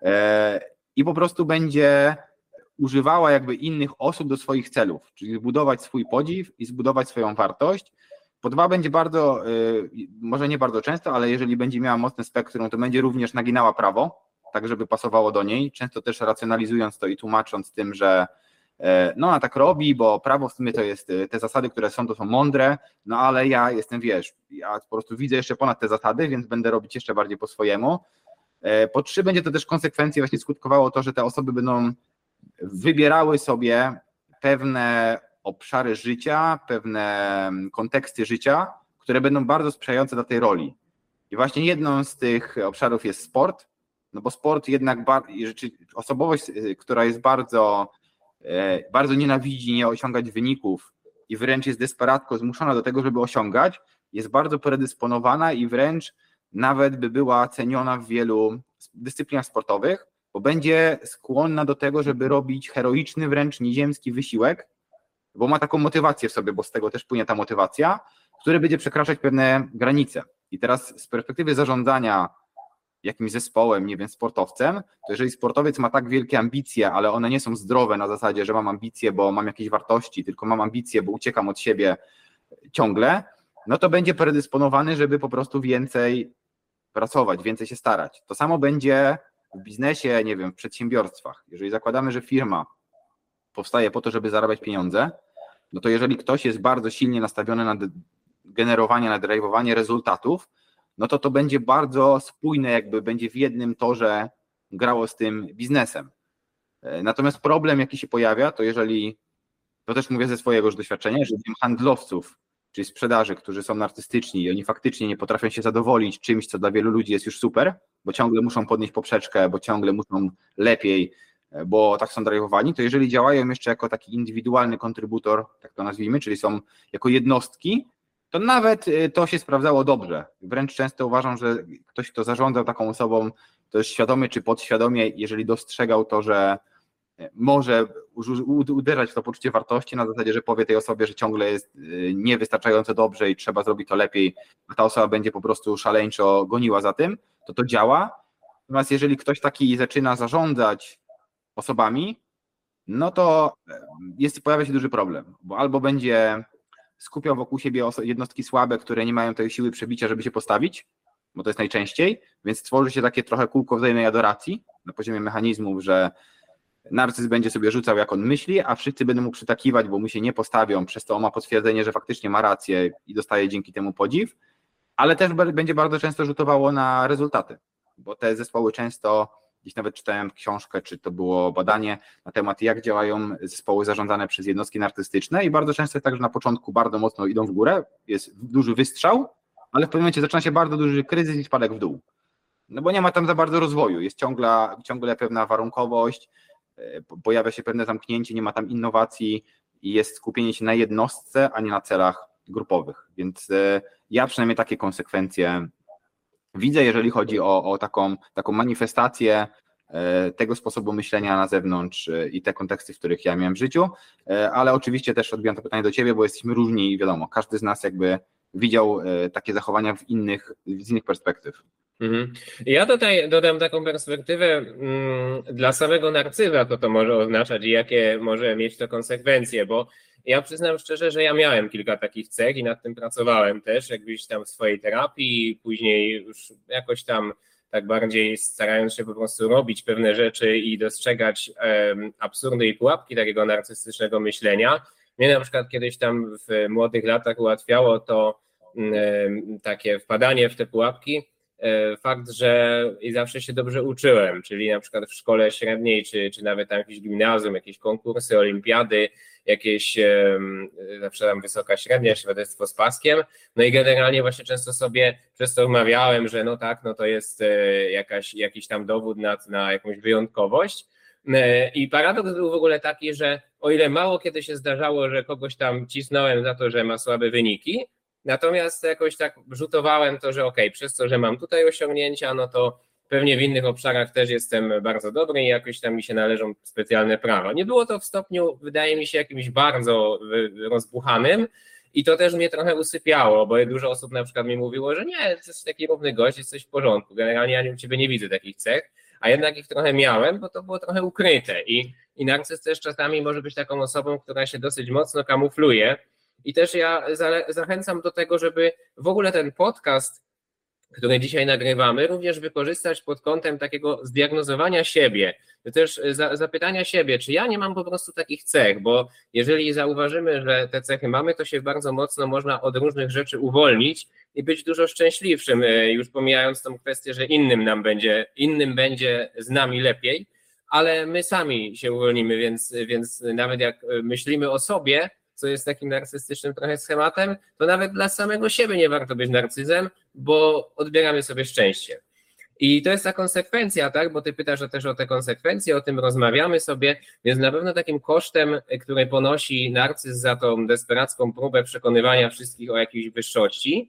i po prostu będzie używała jakby innych osób do swoich celów, czyli zbudować swój podziw i zbudować swoją wartość. Po dwa, będzie bardzo, może nie bardzo często, ale jeżeli będzie miała mocne spektrum, to będzie również naginała prawo, tak żeby pasowało do niej, często też racjonalizując to i tłumacząc tym, że no ona tak robi, bo prawo w sumie to jest, te zasady, które są, to są mądre, no ale ja jestem, wiesz, ja po prostu widzę jeszcze ponad te zasady, więc będę robić jeszcze bardziej po swojemu. Po trzy, będzie to też konsekwencje właśnie skutkowało to, że te osoby będą wybierały sobie pewne obszary życia, pewne konteksty życia, które będą bardzo sprzyjające dla tej roli. I właśnie jedną z tych obszarów jest sport, no bo sport jednak, osobowość, która jest bardzo nienawidzi nie osiągać wyników i wręcz jest desperacko zmuszona do tego, żeby osiągać, jest bardzo predysponowana i wręcz nawet by była ceniona w wielu dyscyplinach sportowych, bo będzie skłonna do tego, żeby robić heroiczny, wręcz nieziemski wysiłek, bo ma taką motywację w sobie, bo z tego też płynie ta motywacja, który będzie przekraczać pewne granice. I teraz z perspektywy zarządzania jakimś zespołem, nie wiem, sportowcem, to jeżeli sportowiec ma tak wielkie ambicje, ale one nie są zdrowe na zasadzie, że mam ambicje, bo mam jakieś wartości, tylko mam ambicje, bo uciekam od siebie ciągle, no to będzie predysponowany, żeby po prostu więcej pracować, więcej się starać. To samo będzie w biznesie, nie wiem, w przedsiębiorstwach. Jeżeli zakładamy, że firma powstaje po to, żeby zarabiać pieniądze, no to jeżeli ktoś jest bardzo silnie nastawiony na generowanie, na drive'owanie rezultatów, no to będzie bardzo spójne, jakby będzie w jednym torze grało z tym biznesem. Natomiast problem, jaki się pojawia, to jeżeli, to też mówię ze swojego już doświadczenia, że wiem handlowców, czyli sprzedaży, którzy są narcystyczni i oni faktycznie nie potrafią się zadowolić czymś, co dla wielu ludzi jest już super, bo ciągle muszą podnieść poprzeczkę, bo ciągle muszą lepiej, bo tak są drive'owani, to jeżeli działają jeszcze jako taki indywidualny kontrybutor, tak to nazwijmy, czyli są jako jednostki, to nawet to się sprawdzało dobrze. Wręcz często uważam, że ktoś, kto zarządzał taką osobą, to jest świadomie czy podświadomie, jeżeli dostrzegał to, że może uderzać w to poczucie wartości na zasadzie, że powie tej osobie, że ciągle jest niewystarczająco dobrze i trzeba zrobić to lepiej, a ta osoba będzie po prostu szaleńczo goniła za tym, to działa. Natomiast jeżeli ktoś taki zaczyna zarządzać osobami, no to pojawia się duży problem, bo albo będzie skupiał wokół siebie jednostki słabe, które nie mają tej siły przebicia, żeby się postawić, bo to jest najczęściej, więc tworzy się takie trochę kółko wzajemnej adoracji na poziomie mechanizmów, że narcyz będzie sobie rzucał, jak on myśli, a wszyscy będą mu przytakiwać, bo mu się nie postawią, przez to on ma potwierdzenie, że faktycznie ma rację i dostaje dzięki temu podziw, ale też będzie bardzo często rzutowało na rezultaty, bo te zespoły często, gdzieś nawet czytałem książkę, czy to było badanie na temat, jak działają zespoły zarządzane przez jednostki narcystyczne i bardzo często jest tak, że na początku bardzo mocno idą w górę, jest duży wystrzał, ale w pewnym momencie zaczyna się bardzo duży kryzys i spadek w dół. No bo nie ma tam za bardzo rozwoju, jest ciągle pewna warunkowość, pojawia się pewne zamknięcie, nie ma tam innowacji i jest skupienie się na jednostce, a nie na celach grupowych. Więc ja przynajmniej takie konsekwencje widzę, jeżeli chodzi o taką manifestację tego sposobu myślenia na zewnątrz i te konteksty, w których ja miałem w życiu, ale oczywiście też odbieram to pytanie do Ciebie, bo jesteśmy różni i wiadomo, każdy z nas jakby widział takie zachowania z innych perspektyw. Ja tutaj dodam taką perspektywę dla samego narcyza, to może oznaczać i jakie może mieć to konsekwencje, bo ja przyznam szczerze, że ja miałem kilka takich cech i nad tym pracowałem też, jakbyś tam w swojej terapii, później już jakoś tam tak bardziej starając się po prostu robić pewne rzeczy i dostrzegać absurdy i pułapki takiego narcystycznego myślenia. Mnie na przykład kiedyś tam w młodych latach ułatwiało to takie wpadanie w te pułapki, fakt, że i zawsze się dobrze uczyłem, czyli na przykład w szkole średniej, czy nawet tam jakieś gimnazjum, jakieś konkursy, olimpiady, jakieś zawsze tam wysoka średnia, świadectwo z paskiem, no i generalnie właśnie często sobie przez to umawiałem, że no tak, no to jest jakiś tam dowód na jakąś wyjątkowość. I paradoks był w ogóle taki, że o ile mało kiedy się zdarzało, że kogoś tam cisnąłem za to, że ma słabe wyniki, natomiast jakoś tak rzutowałem to, że okej, przez to, że mam tutaj osiągnięcia, no to pewnie w innych obszarach też jestem bardzo dobry i jakoś tam mi się należą specjalne prawa. Nie było to w stopniu, wydaje mi się, jakimś bardzo rozbuchanym i to też mnie trochę usypiało, bo dużo osób na przykład mi mówiło, że nie, jesteś taki równy gość, jesteś w porządku, generalnie ja u ciebie nie widzę takich cech, a jednak ich trochę miałem, bo to było trochę ukryte i narcyz też czasami może być taką osobą, która się dosyć mocno kamufluje i też ja zachęcam do tego, żeby w ogóle ten podcast, które dzisiaj nagrywamy, również wykorzystać pod kątem takiego zdiagnozowania siebie, też zapytania siebie, czy ja nie mam po prostu takich cech, bo jeżeli zauważymy, że te cechy mamy, to się bardzo mocno można od różnych rzeczy uwolnić i być dużo szczęśliwszym, już pomijając tą kwestię, że innym będzie z nami lepiej, ale my sami się uwolnimy, więc nawet jak myślimy o sobie, co jest takim narcystycznym trochę schematem, to nawet dla samego siebie nie warto być narcyzem, bo odbieramy sobie szczęście. I to jest ta konsekwencja, tak? Bo ty pytasz też o te konsekwencje, o tym rozmawiamy sobie, więc na pewno takim kosztem, który ponosi narcyz za tą desperacką próbę przekonywania wszystkich o jakiejś wyższości,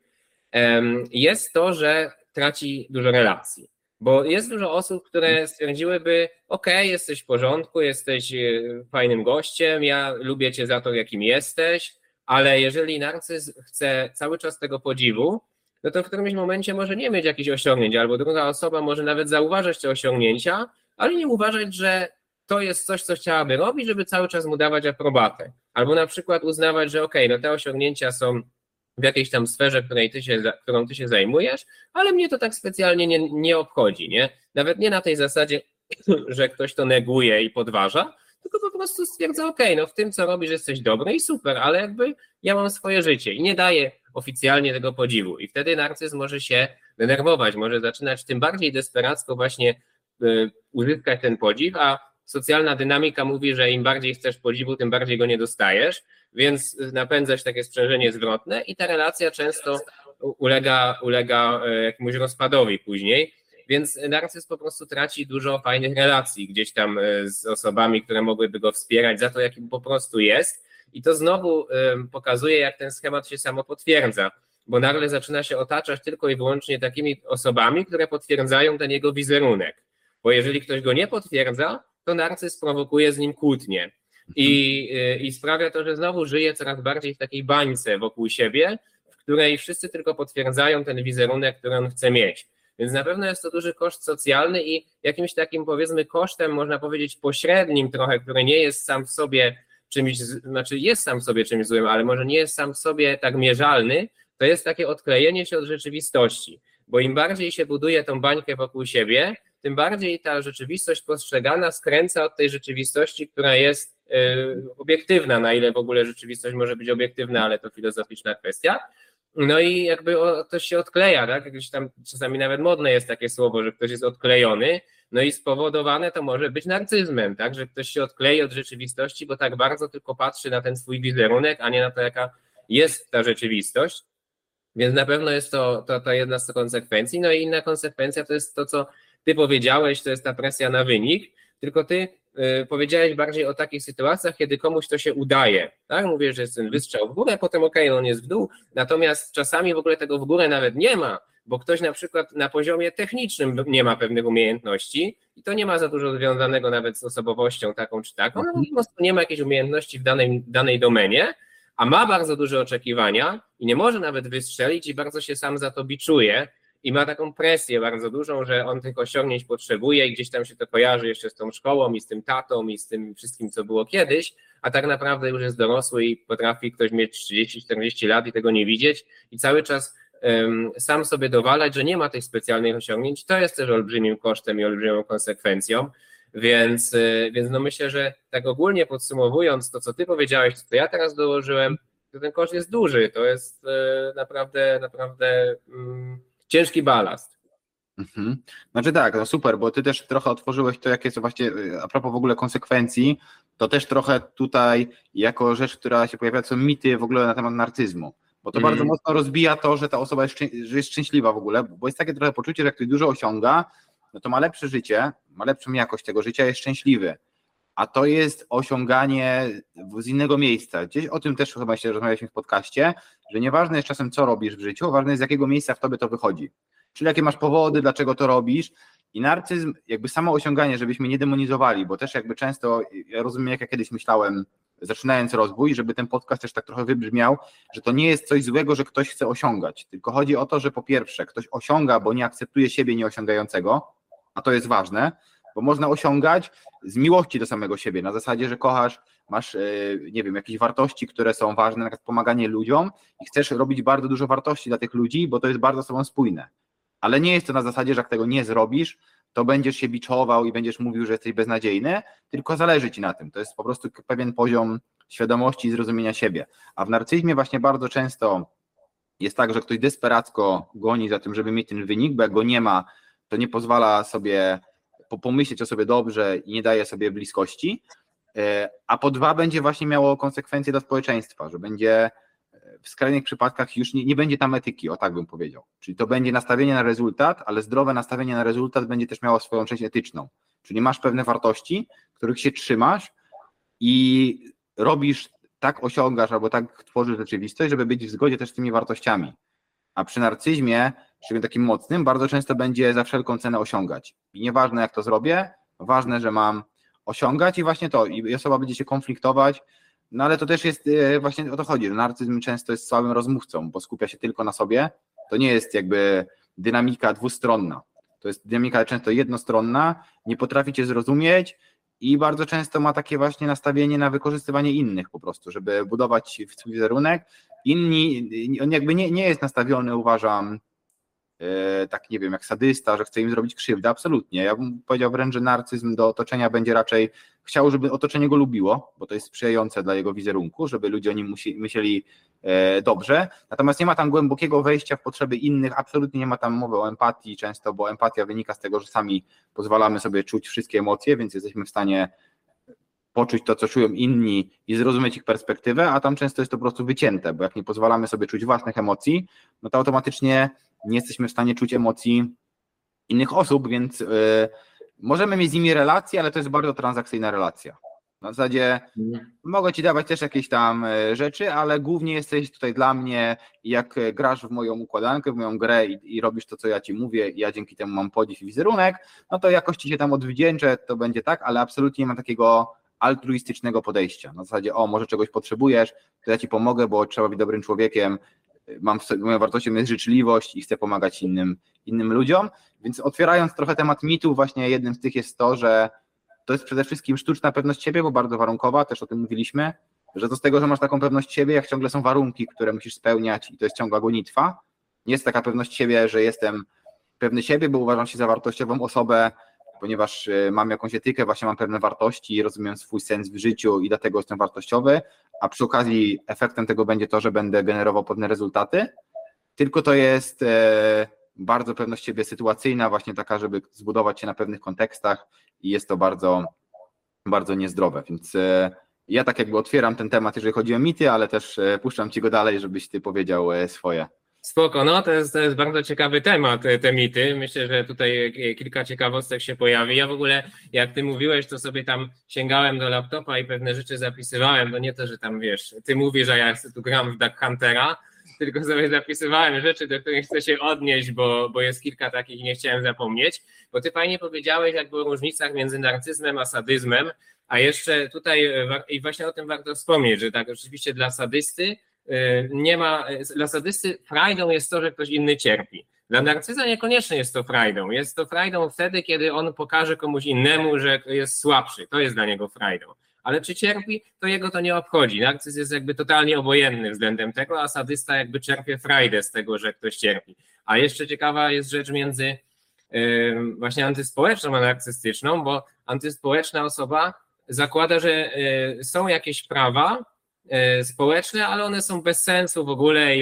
jest to, że traci dużo relacji. Bo jest dużo osób, które stwierdziłyby, okej, jesteś w porządku, jesteś fajnym gościem, ja lubię cię za to, jakim jesteś, ale jeżeli narcyz chce cały czas tego podziwu, no to w którymś momencie może nie mieć jakichś osiągnięć, albo druga osoba może nawet zauważać te osiągnięcia, ale nie uważać, że to jest coś, co chciałaby robić, żeby cały czas mu dawać aprobatę. Albo na przykład uznawać, że okej, no te osiągnięcia są w jakiejś tam sferze, którą ty się zajmujesz, ale mnie to tak specjalnie nie obchodzi, nie? Nawet nie na tej zasadzie, że ktoś to neguje i podważa, tylko po prostu stwierdza, okej, no w tym, co robisz, jesteś dobry i super, ale jakby ja mam swoje życie i nie daję oficjalnie tego podziwu. I wtedy narcyz może się denerwować, może zaczynać tym bardziej desperacko właśnie uzyskać ten podziw, a socjalna dynamika mówi, że im bardziej chcesz podziwu, tym bardziej go nie dostajesz, więc napędzać takie sprzężenie zwrotne i ta relacja często ulega jakiemuś rozpadowi później, więc narcyz po prostu traci dużo fajnych relacji gdzieś tam z osobami, które mogłyby go wspierać za to, jakim po prostu jest i to znowu pokazuje, jak ten schemat się samo potwierdza, bo nagle zaczyna się otaczać tylko i wyłącznie takimi osobami, które potwierdzają ten jego wizerunek, bo jeżeli ktoś go nie potwierdza, to narcyz prowokuje z nim kłótnię i sprawia to, że znowu żyje coraz bardziej w takiej bańce wokół siebie, w której wszyscy tylko potwierdzają ten wizerunek, który on chce mieć. Więc na pewno jest to duży koszt socjalny i jakimś takim, powiedzmy, kosztem, można powiedzieć, pośrednim trochę, który nie jest sam w sobie czymś, znaczy jest sam w sobie czymś złym, ale może nie jest sam w sobie tak mierzalny, to jest takie odklejenie się od rzeczywistości, bo im bardziej się buduje tą bańkę wokół siebie, tym bardziej ta rzeczywistość postrzegana skręca od tej rzeczywistości, która jest obiektywna, na ile w ogóle rzeczywistość może być obiektywna, ale to filozoficzna kwestia. No i jakby ktoś się odkleja, tak? Jakieś tam czasami nawet modne jest takie słowo, że ktoś jest odklejony, no i spowodowane to może być narcyzmem, tak? Że ktoś się odklei od rzeczywistości, bo tak bardzo tylko patrzy na ten swój wizerunek, a nie na to, jaka jest ta rzeczywistość. Więc na pewno jest to jedna z konsekwencji. No i inna konsekwencja to jest to, co ty powiedziałeś, to jest ta presja na wynik, tylko ty powiedziałeś bardziej o takich sytuacjach, kiedy komuś to się udaje, tak? Mówię, że jest ten wystrzał w górę, potem on jest w dół, natomiast czasami w ogóle tego w górę nawet nie ma, bo ktoś na przykład na poziomie technicznym nie ma pewnych umiejętności i to nie ma za dużo związanego nawet z osobowością taką czy taką, no po prostu nie ma jakiejś umiejętności w danej domenie, a ma bardzo duże oczekiwania i nie może nawet wystrzelić i bardzo się sam za to biczuje i ma taką presję bardzo dużą, że on tych osiągnięć potrzebuje i gdzieś tam się to kojarzy jeszcze z tą szkołą i z tym tatą i z tym wszystkim, co było kiedyś, a tak naprawdę już jest dorosły i potrafi ktoś mieć 30-40 lat i tego nie widzieć i cały czas sam sobie dowalać, że nie ma tych specjalnych osiągnięć. To jest też olbrzymim kosztem i olbrzymią konsekwencją, więc no myślę, że tak ogólnie podsumowując to, co ty powiedziałeś, to co ja teraz dołożyłem, to ten koszt jest duży, to jest naprawdę ciężki balast. Znaczy tak, no super, bo ty też trochę otworzyłeś to, jakie są właśnie, a propos w ogóle konsekwencji, to też trochę tutaj jako rzecz, która się pojawia, są mity w ogóle na temat narcyzmu, bo to bardzo mocno rozbija to, że ta osoba jest szczęśliwa w ogóle, bo jest takie trochę poczucie, że jak ktoś dużo osiąga, no to ma lepsze życie, ma lepszą jakość tego życia, jest szczęśliwy. a to jest osiąganie z innego miejsca. Gdzieś o tym też chyba się rozmawialiśmy w podcaście, że nieważne jest czasem, co robisz w życiu, ważne jest, z jakiego miejsca w tobie to wychodzi. Czyli jakie masz powody, dlaczego to robisz. I narcyzm, jakby samo osiąganie, żebyśmy nie demonizowali, bo też jakby często, ja rozumiem, jak ja kiedyś myślałem, zaczynając rozwój, żeby ten podcast też tak trochę wybrzmiał, że to nie jest coś złego, że ktoś chce osiągać, tylko chodzi o to, że po pierwsze ktoś osiąga, bo nie akceptuje siebie nieosiągającego, a to jest ważne, bo można osiągać z miłości do samego siebie, na zasadzie, że kochasz, masz, nie wiem, jakieś wartości, które są ważne, na przykład pomaganie ludziom i chcesz robić bardzo dużo wartości dla tych ludzi, bo to jest bardzo z sobą spójne. Ale nie jest to na zasadzie, że jak tego nie zrobisz, to będziesz się biczował i będziesz mówił, że jesteś beznadziejny, tylko zależy ci na tym. To jest po prostu pewien poziom świadomości i zrozumienia siebie. A w narcyzmie właśnie bardzo często jest tak, że ktoś desperacko goni za tym, żeby mieć ten wynik, bo jak go nie ma, to nie pozwala sobie pomyśleć o sobie dobrze i nie daje sobie bliskości, a po dwa będzie właśnie miało konsekwencje dla społeczeństwa, że będzie w skrajnych przypadkach już nie będzie tam etyki, o tak bym powiedział. Czyli to będzie nastawienie na rezultat, ale zdrowe nastawienie na rezultat będzie też miało swoją część etyczną. Czyli masz pewne wartości, których się trzymasz i robisz, tak osiągasz albo tak tworzysz rzeczywistość, żeby być w zgodzie też z tymi wartościami. A przy narcyzmie, szczególnie takim mocnym, bardzo często będzie za wszelką cenę osiągać. I nieważne jak to zrobię, ważne, że mam osiągać i właśnie to. I osoba będzie się konfliktować. No ale to też jest właśnie o to chodzi, że narcyzm często jest słabym rozmówcą, bo skupia się tylko na sobie. To nie jest jakby dynamika dwustronna. To jest dynamika często jednostronna, nie potrafi cię zrozumieć i bardzo często ma takie właśnie nastawienie na wykorzystywanie innych po prostu, żeby budować swój wizerunek. On jakby nie jest nastawiony, uważam, tak nie wiem, jak sadysta, że chce im zrobić krzywdę, absolutnie. Ja bym powiedział wręcz, że narcyzm do otoczenia będzie raczej chciał, żeby otoczenie go lubiło, bo to jest sprzyjające dla jego wizerunku, żeby ludzie o nim myśleli dobrze, natomiast nie ma tam głębokiego wejścia w potrzeby innych, absolutnie nie ma tam mowy o empatii często, bo empatia wynika z tego, że sami pozwalamy sobie czuć wszystkie emocje, więc jesteśmy w stanie poczuć to, co czują inni i zrozumieć ich perspektywę, a tam często jest to po prostu wycięte, bo jak nie pozwalamy sobie czuć własnych emocji, no to automatycznie nie jesteśmy w stanie czuć emocji innych osób, więc możemy mieć z nimi relacje, ale to jest bardzo transakcyjna relacja. Na zasadzie mogę ci dawać też jakieś tam rzeczy, ale głównie jesteś tutaj dla mnie i jak grasz w moją układankę, w moją grę i robisz to, co ja ci mówię i ja dzięki temu mam podziw i wizerunek, no to jakoś ci się tam odwdzięczę, to będzie tak, ale absolutnie nie ma takiego altruistycznego podejścia. Na zasadzie, może czegoś potrzebujesz, to ja ci pomogę, bo trzeba być dobrym człowiekiem, moją wartością jest życzliwość i chcę pomagać innym ludziom, więc otwierając trochę temat mitów, właśnie jednym z tych jest to, że to jest przede wszystkim sztuczna pewność siebie, bo bardzo warunkowa, też o tym mówiliśmy, że to z tego, że masz taką pewność siebie, jak ciągle są warunki, które musisz spełniać i to jest ciągła gonitwa. Nie jest taka pewność siebie, że jestem pewny siebie, bo uważam się za wartościową osobę, ponieważ mam jakąś etykę, właśnie mam pewne wartości, rozumiem swój sens w życiu i dlatego jestem wartościowy, a przy okazji efektem tego będzie to, że będę generował pewne rezultaty, tylko to jest bardzo pewność siebie sytuacyjna, właśnie taka, żeby zbudować się na pewnych kontekstach i jest to bardzo, bardzo niezdrowe, więc ja tak jakby otwieram ten temat, jeżeli chodzi o mity, ale też puszczam ci go dalej, żebyś ty powiedział swoje. Spoko, no to jest bardzo ciekawy temat, te mity. Myślę, że tutaj kilka ciekawostek się pojawi. Ja w ogóle, jak ty mówiłeś, to sobie tam sięgałem do laptopa i pewne rzeczy zapisywałem. To nie to, że tam wiesz, ty mówisz, że ja tu gram w Duck Huntera, tylko sobie zapisywałem rzeczy, do których chcę się odnieść, bo jest kilka takich i nie chciałem zapomnieć. Bo ty fajnie powiedziałeś jakby o różnicach między narcyzmem a sadyzmem, a jeszcze tutaj, i właśnie o tym warto wspomnieć, że tak oczywiście dla sadysty nie ma, dla sadysty frajdą jest to, że ktoś inny cierpi. Dla narcyza niekoniecznie jest to frajdą. Jest to frajdą wtedy, kiedy on pokaże komuś innemu, że jest słabszy. To jest dla niego frajdą. Ale czy cierpi, to jego to nie obchodzi. Narcyz jest jakby totalnie obojętny względem tego, a sadysta jakby czerpie frajdę z tego, że ktoś cierpi. A jeszcze ciekawa jest rzecz między właśnie antyspołeczną a narcystyczną, bo antyspołeczna osoba zakłada, że są jakieś prawa społeczne, ale one są bez sensu w ogóle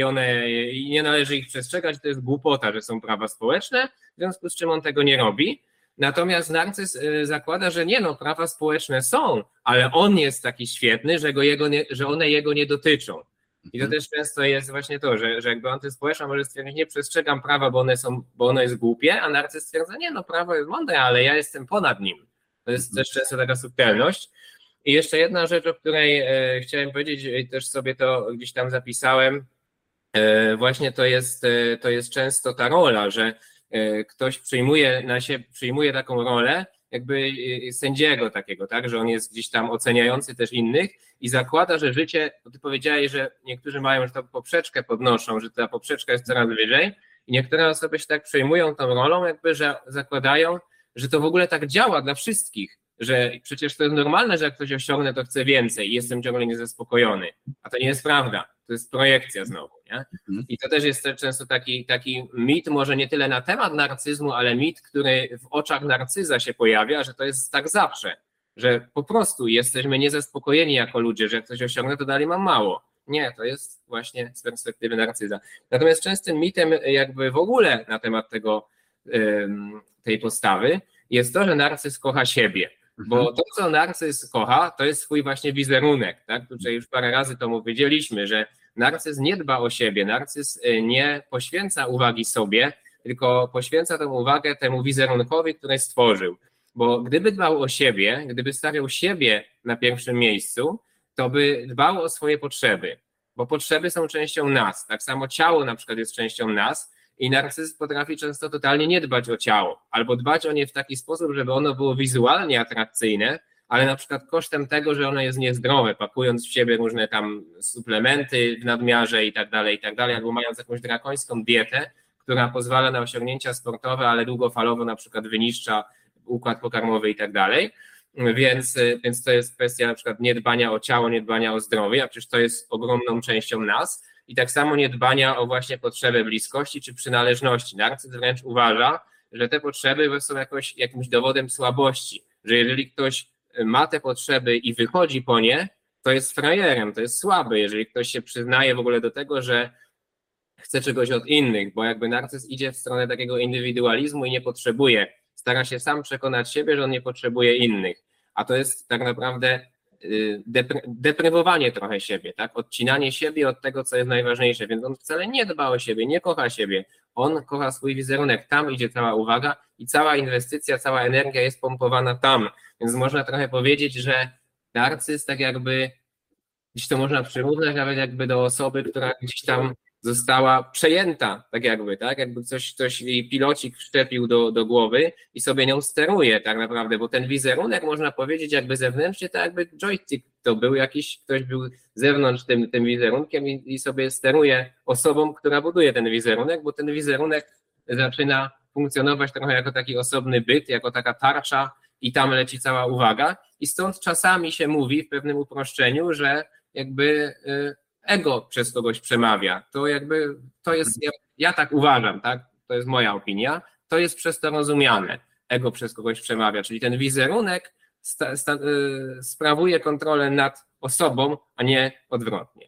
i nie należy ich przestrzegać, to jest głupota, że są prawa społeczne, w związku z czym on tego nie robi. Natomiast narcyz zakłada, że prawa społeczne są, ale on jest taki świetny, że one jego nie dotyczą. I to też często jest właśnie to, że jakby antyspołeczna może stwierdzić, nie przestrzegam prawa, bo ono jest głupie, a narcyz stwierdza, prawo jest mądre, ale ja jestem ponad nim. To jest też często taka subtelność. I jeszcze jedna rzecz, o której chciałem powiedzieć, i też sobie to gdzieś tam zapisałem, właśnie to jest często ta rola, że ktoś przyjmuje taką rolę jakby sędziego takiego, tak, że on jest gdzieś tam oceniający też innych i zakłada, że życie, bo ty powiedziałeś, że niektórzy mają, że to poprzeczkę podnoszą, że ta poprzeczka jest coraz wyżej i niektóre osoby się tak przejmują tą rolą, jakby, że zakładają, że to w ogóle tak działa dla wszystkich, że przecież to jest normalne, że jak ktoś osiągnę, to chce więcej i jestem ciągle niezaspokojony, a to nie jest prawda, to jest projekcja znowu, nie? I to też jest często taki mit, może nie tyle na temat narcyzmu, ale mit, który w oczach narcyza się pojawia, że to jest tak zawsze, że po prostu jesteśmy niezaspokojeni jako ludzie, że jak coś osiągnę, to dalej mam mało. Nie, to jest właśnie z perspektywy narcyza. Natomiast częstym mitem jakby w ogóle na temat tej postawy jest to, że narcyz kocha siebie. Bo to, co narcyz kocha, to jest swój właśnie wizerunek. Tak? Tutaj już parę razy to powiedzieliśmy, że narcyz nie dba o siebie, narcyz nie poświęca uwagi sobie, tylko poświęca tę uwagę temu wizerunkowi, który stworzył. Bo gdyby dbał o siebie, gdyby stawiał siebie na pierwszym miejscu, to by dbał o swoje potrzeby, bo potrzeby są częścią nas. Tak samo ciało na przykład jest częścią nas, i narcyz potrafi często totalnie nie dbać o ciało, albo dbać o nie w taki sposób, żeby ono było wizualnie atrakcyjne, ale na przykład kosztem tego, że ono jest niezdrowe, pakując w siebie różne tam suplementy w nadmiarze i tak dalej, albo mając jakąś drakońską dietę, która pozwala na osiągnięcia sportowe, ale długofalowo na przykład wyniszcza układ pokarmowy i tak dalej. Więc to jest kwestia na przykład niedbania o ciało, niedbania o zdrowie, a przecież to jest ogromną częścią nas. I tak samo niedbania o właśnie potrzebę bliskości czy przynależności. Narcyz wręcz uważa, że te potrzeby są jakimś dowodem słabości, że jeżeli ktoś ma te potrzeby i wychodzi po nie, to jest frajerem, to jest słaby, jeżeli ktoś się przyznaje w ogóle do tego, że chce czegoś od innych, bo jakby narcyz idzie w stronę takiego indywidualizmu i nie potrzebuje, stara się sam przekonać siebie, że on nie potrzebuje innych, a to jest tak naprawdę deprywowanie trochę siebie, tak? Odcinanie siebie od tego, co jest najważniejsze, więc on wcale nie dba o siebie, nie kocha siebie, on kocha swój wizerunek, tam idzie cała uwaga i cała inwestycja, cała energia jest pompowana tam, więc można trochę powiedzieć, że narcyz tak jakby, gdzieś to można przyrównać nawet jakby do osoby, która gdzieś tam została przejęta, tak? Jakby coś jej pilocik wszczepił do głowy i sobie nią steruje tak naprawdę, bo ten wizerunek można powiedzieć jakby zewnętrznie, to jakby joystick to był ktoś był zewnątrz tym wizerunkiem i sobie steruje osobą, która buduje ten wizerunek, bo ten wizerunek zaczyna funkcjonować trochę jako taki osobny byt, jako taka tarcza i tam leci cała uwaga i stąd czasami się mówi w pewnym uproszczeniu, że jakby ego przez kogoś przemawia. To jest, ja tak uważam, tak? To jest moja opinia, to jest przez to rozumiane. Ego przez kogoś przemawia, czyli ten wizerunek sprawuje kontrolę nad osobą, a nie odwrotnie.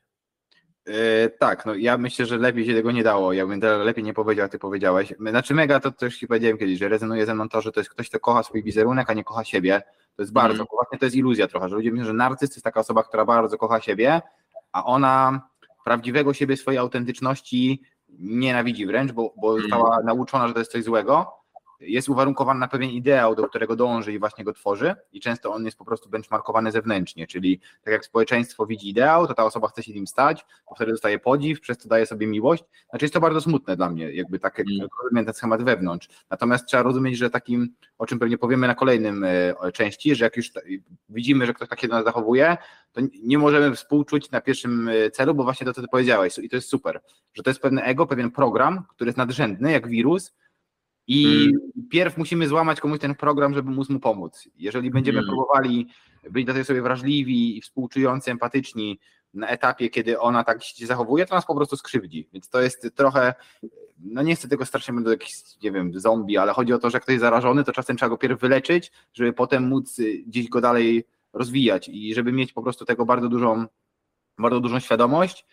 Tak, no ja myślę, że lepiej się tego nie dało. Ja bym lepiej nie powiedział, jak ty powiedziałeś. Znaczy mega to też ci powiedziałem kiedyś, że rezonuje ze mną to, że to jest ktoś, kto kocha swój wizerunek, a nie kocha siebie. To jest bardzo, właśnie to jest iluzja trochę, że ludzie myślą, że narcyz to jest taka osoba, która bardzo kocha siebie, a ona prawdziwego siebie, swojej autentyczności nienawidzi wręcz, bo została nauczona, że to jest coś złego. Jest uwarunkowany na pewien ideał, do którego dąży i właśnie go tworzy i często on jest po prostu benchmarkowany zewnętrznie, czyli tak jak społeczeństwo widzi ideał, to ta osoba chce się nim stać, bo wtedy dostaje podziw, przez to daje sobie miłość. Znaczy jest to bardzo smutne dla mnie, jakby taki ten schemat wewnątrz. Natomiast trzeba rozumieć, że takim, o czym pewnie powiemy na kolejnym części, że jak już widzimy, że ktoś tak się do nas zachowuje, to nie możemy współczuć na pierwszym celu, bo właśnie to, co ty powiedziałeś i to jest super, że to jest pewne ego, pewien program, który jest nadrzędny, jak wirus, i pierw musimy złamać komuś ten program, żeby móc mu pomóc. Jeżeli będziemy próbowali być do tej sobie wrażliwi i współczujący, empatyczni na etapie, kiedy ona tak się zachowuje, to nas po prostu skrzywdzi. Więc to jest trochę, no nie chcę tego strasznie do jakichś, nie wiem, zombie, ale chodzi o to, że jak ktoś jest zarażony, to czasem trzeba go pierw wyleczyć, żeby potem móc gdzieś go dalej rozwijać i żeby mieć po prostu tego bardzo dużą świadomość.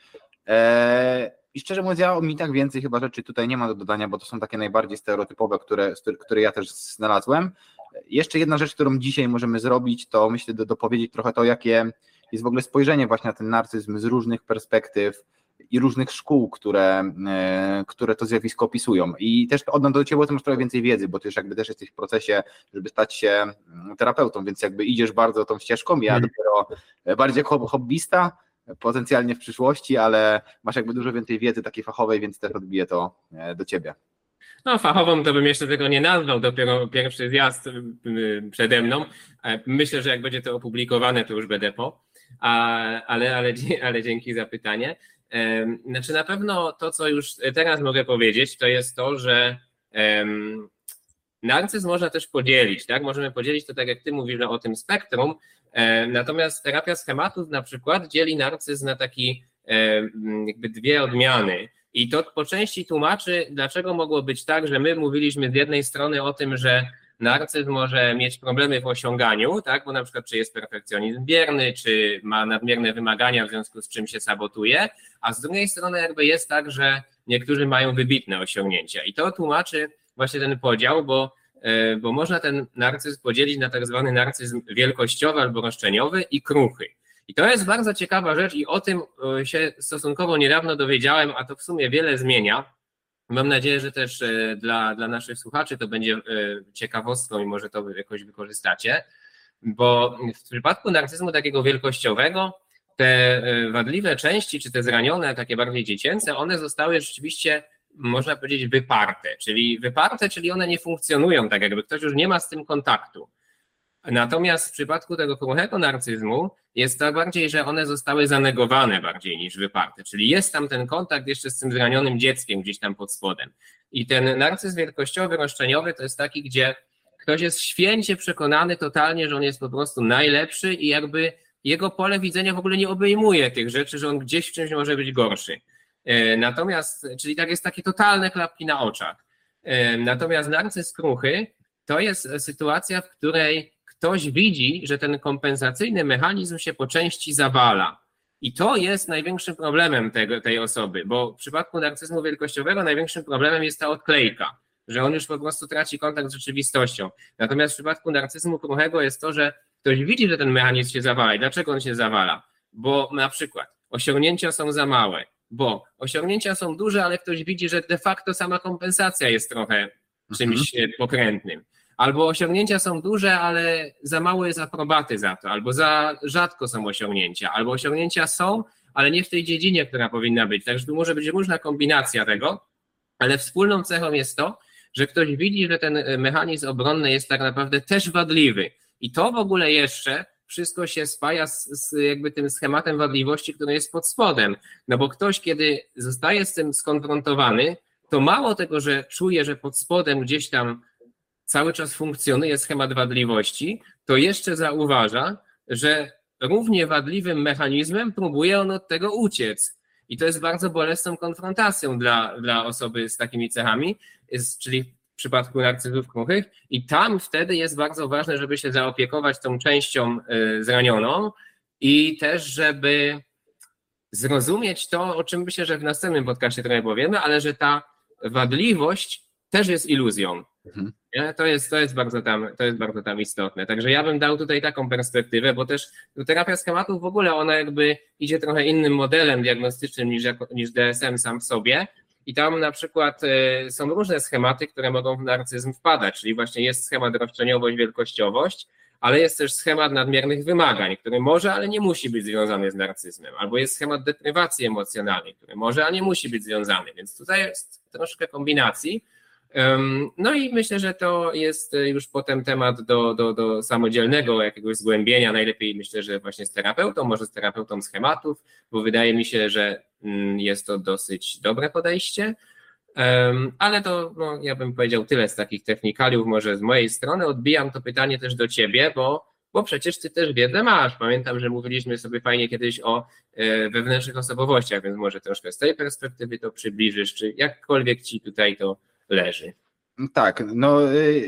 I szczerze mówiąc, ja o mitach więcej chyba rzeczy tutaj nie ma do dodania, bo to są takie najbardziej stereotypowe, które ja też znalazłem. Jeszcze jedna rzecz, którą dzisiaj możemy zrobić, to myślę dopowiedzieć trochę to, jakie jest w ogóle spojrzenie właśnie na ten narcyzm z różnych perspektyw, i różnych szkół, które to zjawisko opisują. I też oddam do ciebie, masz trochę więcej wiedzy, bo ty już jakby też jesteś w procesie, żeby stać się terapeutą, więc jakby idziesz bardzo tą ścieżką, ja dopiero bardziej jako hobbysta, potencjalnie w przyszłości, ale masz jakby dużo więcej wiedzy takiej fachowej, więc też odbiję to do ciebie. No, fachową to bym jeszcze tego nie nazwał, dopiero pierwszy zjazd przede mną. Myślę, że jak będzie to opublikowane, to już będę po, ale dzięki za pytanie. Znaczy na pewno to, co już teraz mogę powiedzieć, to jest to, że narcyzm można też podzielić, tak? Możemy podzielić to tak, jak ty mówisz, o tym spektrum, natomiast terapia schematów na przykład dzieli narcyzm na taki jakby dwie odmiany. I to po części tłumaczy, dlaczego mogło być tak, że my mówiliśmy z jednej strony o tym, że narcyzm może mieć problemy w osiąganiu, tak? Bo na przykład czy jest perfekcjonizm bierny, czy ma nadmierne wymagania, w związku z czym się sabotuje, a z drugiej strony jakby jest tak, że niektórzy mają wybitne osiągnięcia. I to tłumaczy właśnie ten podział, bo można ten narcyzm podzielić na tak zwany narcyzm wielkościowy albo roszczeniowy i kruchy. I to jest bardzo ciekawa rzecz i o tym się stosunkowo niedawno dowiedziałem, a to w sumie wiele zmienia. Mam nadzieję, że też dla naszych słuchaczy to będzie ciekawostką i może to jakoś wykorzystacie, bo w przypadku narcyzmu takiego wielkościowego te wadliwe części, czy te zranione, takie bardziej dziecięce, one zostały rzeczywiście, można powiedzieć, wyparte, czyli one nie funkcjonują tak, jakby ktoś już nie ma z tym kontaktu. Natomiast w przypadku tego kruchego narcyzmu jest tak bardziej, że one zostały zanegowane bardziej niż wyparte, czyli jest tam ten kontakt jeszcze z tym zranionym dzieckiem gdzieś tam pod spodem. I ten narcyzm wielkościowy, roszczeniowy to jest taki, gdzie ktoś jest święcie przekonany totalnie, że on jest po prostu najlepszy i jakby jego pole widzenia w ogóle nie obejmuje tych rzeczy, że on gdzieś w czymś może być gorszy. Natomiast, czyli tak jest takie totalne klapki na oczach. Natomiast narcyzm kruchy to jest sytuacja, w której ktoś widzi, że ten kompensacyjny mechanizm się po części zawala. I to jest największym problemem tej osoby, bo w przypadku narcyzmu wielkościowego największym problemem jest ta odklejka, że on już po prostu traci kontakt z rzeczywistością. Natomiast w przypadku narcyzmu kruchego jest to, że ktoś widzi, że ten mechanizm się zawala. I dlaczego on się zawala? Bo na przykład osiągnięcia są za małe, bo osiągnięcia są duże, ale ktoś widzi, że de facto sama kompensacja jest trochę czymś pokrętnym. Albo osiągnięcia są duże, ale za mało jest aprobaty za to, albo za rzadko są osiągnięcia, albo osiągnięcia są, ale nie w tej dziedzinie, która powinna być. Także tu może być różna kombinacja tego, ale wspólną cechą jest to, że ktoś widzi, że ten mechanizm obronny jest tak naprawdę też wadliwy. I to w ogóle jeszcze wszystko się spaja z jakby tym schematem wadliwości, który jest pod spodem. No bo ktoś, kiedy zostaje z tym skonfrontowany, to mało tego, że czuje, że pod spodem gdzieś tam cały czas funkcjonuje schemat wadliwości, to jeszcze zauważa, że równie wadliwym mechanizmem próbuje on od tego uciec. I to jest bardzo bolesną konfrontacją dla osoby z takimi cechami, czyli w przypadku narcyzów kruchych. I tam wtedy jest bardzo ważne, żeby się zaopiekować tą częścią zranioną i też, żeby zrozumieć to, o czym myślę, że w następnym podcastie trochę powiemy, ale że ta wadliwość też jest iluzją. To jest bardzo tam istotne. Także ja bym dał tutaj taką perspektywę, bo też terapia schematów w ogóle ona jakby idzie trochę innym modelem diagnostycznym niż DSM sam w sobie. I tam na przykład są różne schematy, które mogą w narcyzm wpadać, czyli właśnie jest schemat roszczeniowość, wielkościowość, ale jest też schemat nadmiernych wymagań, który może, ale nie musi być związany z narcyzmem, albo jest schemat deprywacji emocjonalnej, który może, a nie musi być związany, więc tutaj jest troszkę kombinacji. No i myślę, że to jest już potem temat do samodzielnego jakiegoś zgłębienia, najlepiej myślę, że właśnie z terapeutą, może z terapeutą schematów, bo wydaje mi się, że jest to dosyć dobre podejście, ale to ja bym powiedział tyle z takich technikaliów może z mojej strony. Odbijam to pytanie też do ciebie, bo przecież ty też wiedzę masz. Pamiętam, że mówiliśmy sobie fajnie kiedyś o wewnętrznych osobowościach, więc może troszkę z tej perspektywy to przybliżysz, czy jakkolwiek ci tutaj to leży. Tak, no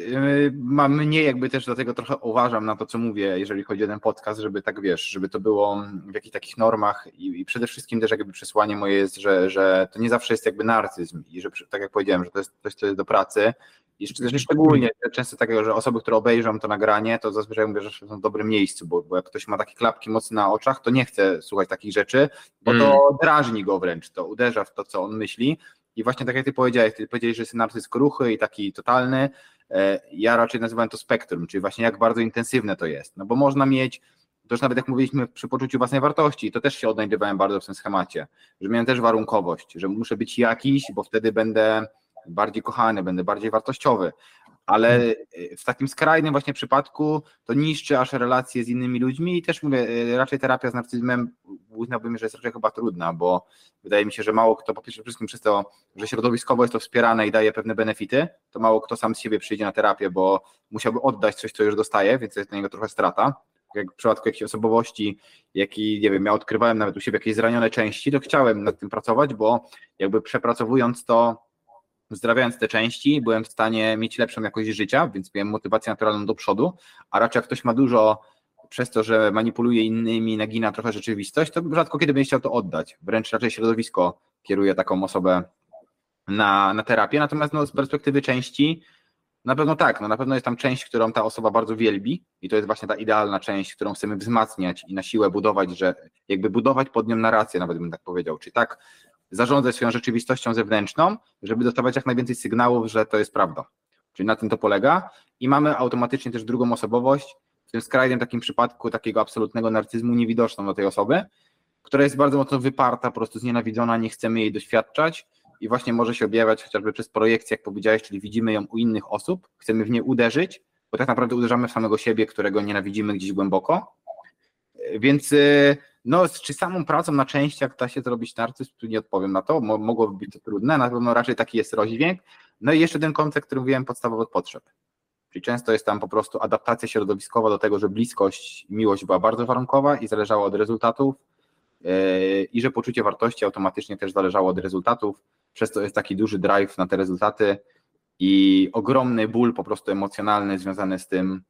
mam mniej jakby też dlatego trochę uważam na to, co mówię, jeżeli chodzi o ten podcast, żeby tak wiesz, żeby to było w jakichś takich normach i przede wszystkim też jakby przesłanie moje jest, że to nie zawsze jest jakby narcyzm i że tak jak powiedziałem, że to jest coś, co jest do pracy i szczególnie często takiego, że osoby, które obejrzą to nagranie, to zazwyczaj mówię, że są w dobrym miejscu, bo jak ktoś ma takie klapki mocno na oczach, to nie chce słuchać takich rzeczy, bo to drażni go wręcz, to uderza w to, co on myśli. I właśnie tak jak ty powiedziałeś, że jest narcyzm kruchy i taki totalny, ja raczej nazywam to spektrum, czyli właśnie jak bardzo intensywne to jest, no bo można mieć, to już nawet jak mówiliśmy przy poczuciu własnej wartości, to też się odnajdywałem bardzo w tym schemacie, że miałem też warunkowość, że muszę być jakiś, bo wtedy będę bardziej kochany, będę bardziej wartościowy, ale w takim skrajnym właśnie przypadku to niszczy aż relacje z innymi ludźmi i też mówię, raczej terapia z narcyzmem uznałbym, że jest raczej chyba trudna, bo wydaje mi się, że mało kto, po pierwsze wszystkim przez to, że środowiskowo jest to wspierane i daje pewne benefity, to mało kto sam z siebie przyjdzie na terapię, bo musiałby oddać coś, co już dostaje, więc to jest dla niego trochę strata. Jak w przypadku jakiejś osobowości, nie wiem, ja odkrywałem nawet u siebie jakieś zranione części, to chciałem nad tym pracować, bo jakby przepracowując to, uzdrawiając te części, byłem w stanie mieć lepszą jakość życia, więc miałem motywację naturalną do przodu, a raczej jak ktoś ma dużo przez to, że manipuluje innymi, nagina trochę rzeczywistość, to rzadko kiedy będzie chciał to oddać. Wręcz raczej środowisko kieruje taką osobę na terapię, natomiast no, z perspektywy części na pewno tak, no na pewno jest tam część, którą ta osoba bardzo wielbi i to jest właśnie ta idealna część, którą chcemy wzmacniać i na siłę budować, że jakby budować pod nią narrację, nawet bym tak powiedział, czyli tak zarządzać swoją rzeczywistością zewnętrzną, żeby dostawać jak najwięcej sygnałów, że to jest prawda. Czyli na tym to polega i mamy automatycznie też drugą osobowość, w tym skrajnym takim przypadku takiego absolutnego narcyzmu niewidoczną do tej osoby, która jest bardzo mocno wyparta, po prostu znienawidzona, nie chcemy jej doświadczać i właśnie może się objawiać chociażby przez projekcję, jak powiedziałeś, czyli widzimy ją u innych osób, chcemy w nie uderzyć, bo tak naprawdę uderzamy w samego siebie, którego nienawidzimy gdzieś głęboko. Więc no, czy samą pracą na częściach da się zrobić narcyzm, tu nie odpowiem na to, mogłoby być to trudne, na pewno raczej taki jest rozdźwięk. No i jeszcze ten koncept, który mówiłem, podstawowych potrzeb. Czyli często jest tam po prostu adaptacja środowiskowa do tego, że bliskość i miłość była bardzo warunkowa i zależała od rezultatów i że poczucie wartości automatycznie też zależało od rezultatów, przez to jest taki duży drive na te rezultaty i ogromny ból po prostu emocjonalny związany z tym,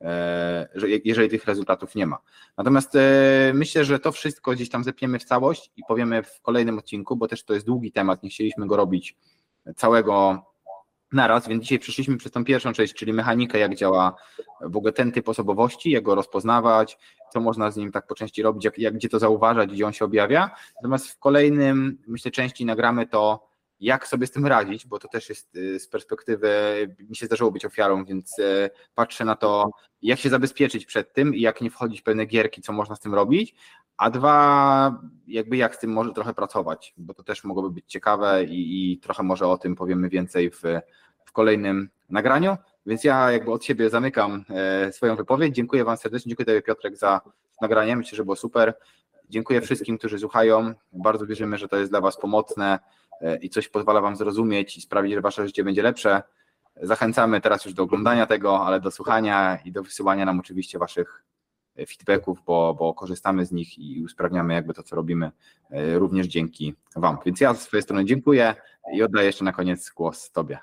że jeżeli tych rezultatów nie ma. Natomiast myślę, że to wszystko gdzieś tam zepniemy w całość i powiemy w kolejnym odcinku, bo też to jest długi temat, nie chcieliśmy go robić całego naraz, więc dzisiaj przeszliśmy przez tą pierwszą część, czyli mechanikę, jak działa w ogóle ten typ osobowości, jak go rozpoznawać, co można z nim tak po części robić, gdzie to zauważać, gdzie on się objawia. Natomiast w kolejnym, myślę, części nagramy to, jak sobie z tym radzić, bo to też jest z perspektywy, mi się zdarzyło być ofiarą, więc patrzę na to, jak się zabezpieczyć przed tym i jak nie wchodzić w pewne gierki, co można z tym robić, a dwa, jakby jak z tym może trochę pracować, bo to też mogłoby być ciekawe i trochę może o tym powiemy więcej w kolejnym nagraniu, więc ja jakby od siebie zamykam swoją wypowiedź. Dziękuję Wam serdecznie, dziękuję Tobie Piotrek za nagranie, myślę, że było super. Dziękuję wszystkim, którzy słuchają, bardzo wierzymy, że to jest dla Was pomocne i coś pozwala Wam zrozumieć i sprawić, że Wasze życie będzie lepsze. Zachęcamy teraz już do oglądania tego, ale do słuchania i do wysyłania nam oczywiście Waszych feedbacków, bo korzystamy z nich i usprawniamy jakby to, co robimy, również dzięki Wam. Więc ja ze swojej strony dziękuję i oddaję jeszcze na koniec głos Tobie.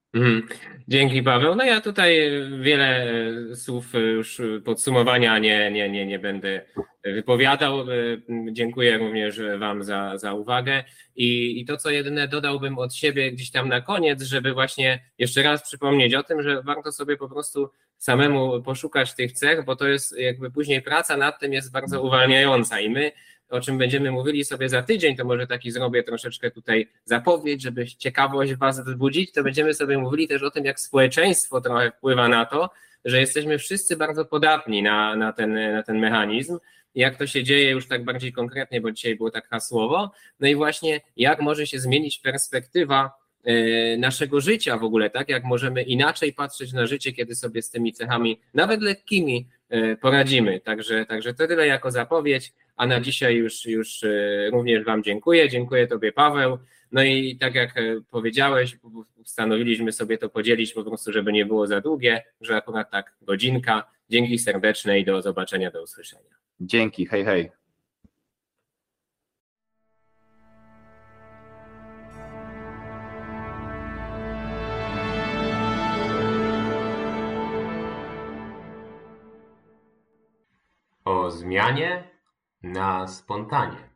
Dzięki Paweł. No ja tutaj wiele słów już podsumowania nie będę wypowiadał. Dziękuję również Wam za uwagę i to, co jedyne dodałbym od siebie gdzieś tam na koniec, żeby właśnie jeszcze raz przypomnieć o tym, że warto sobie po prostu samemu poszukać tych cech, bo to jest jakby później praca nad tym jest bardzo uwalniająca i my, o czym będziemy mówili sobie za tydzień, to może taki zrobię troszeczkę tutaj zapowiedź, żeby ciekawość Was wzbudzić, to będziemy sobie mówili też o tym, jak społeczeństwo trochę wpływa na to, że jesteśmy wszyscy bardzo podatni na ten mechanizm, jak to się dzieje już tak bardziej konkretnie, bo dzisiaj było tak hasłowo, no i właśnie jak może się zmienić perspektywa naszego życia w ogóle, tak, jak możemy inaczej patrzeć na życie, kiedy sobie z tymi cechami, nawet lekkimi, poradzimy. Także to tyle jako zapowiedź, a na dzisiaj już również Wam dziękuję. Dziękuję Tobie, Paweł. No i tak jak powiedziałeś, postanowiliśmy sobie to podzielić po prostu, żeby nie było za długie, że akurat tak godzinka. Dzięki serdeczne i do zobaczenia, do usłyszenia. Dzięki, hej, hej. O zmianie na spontanie.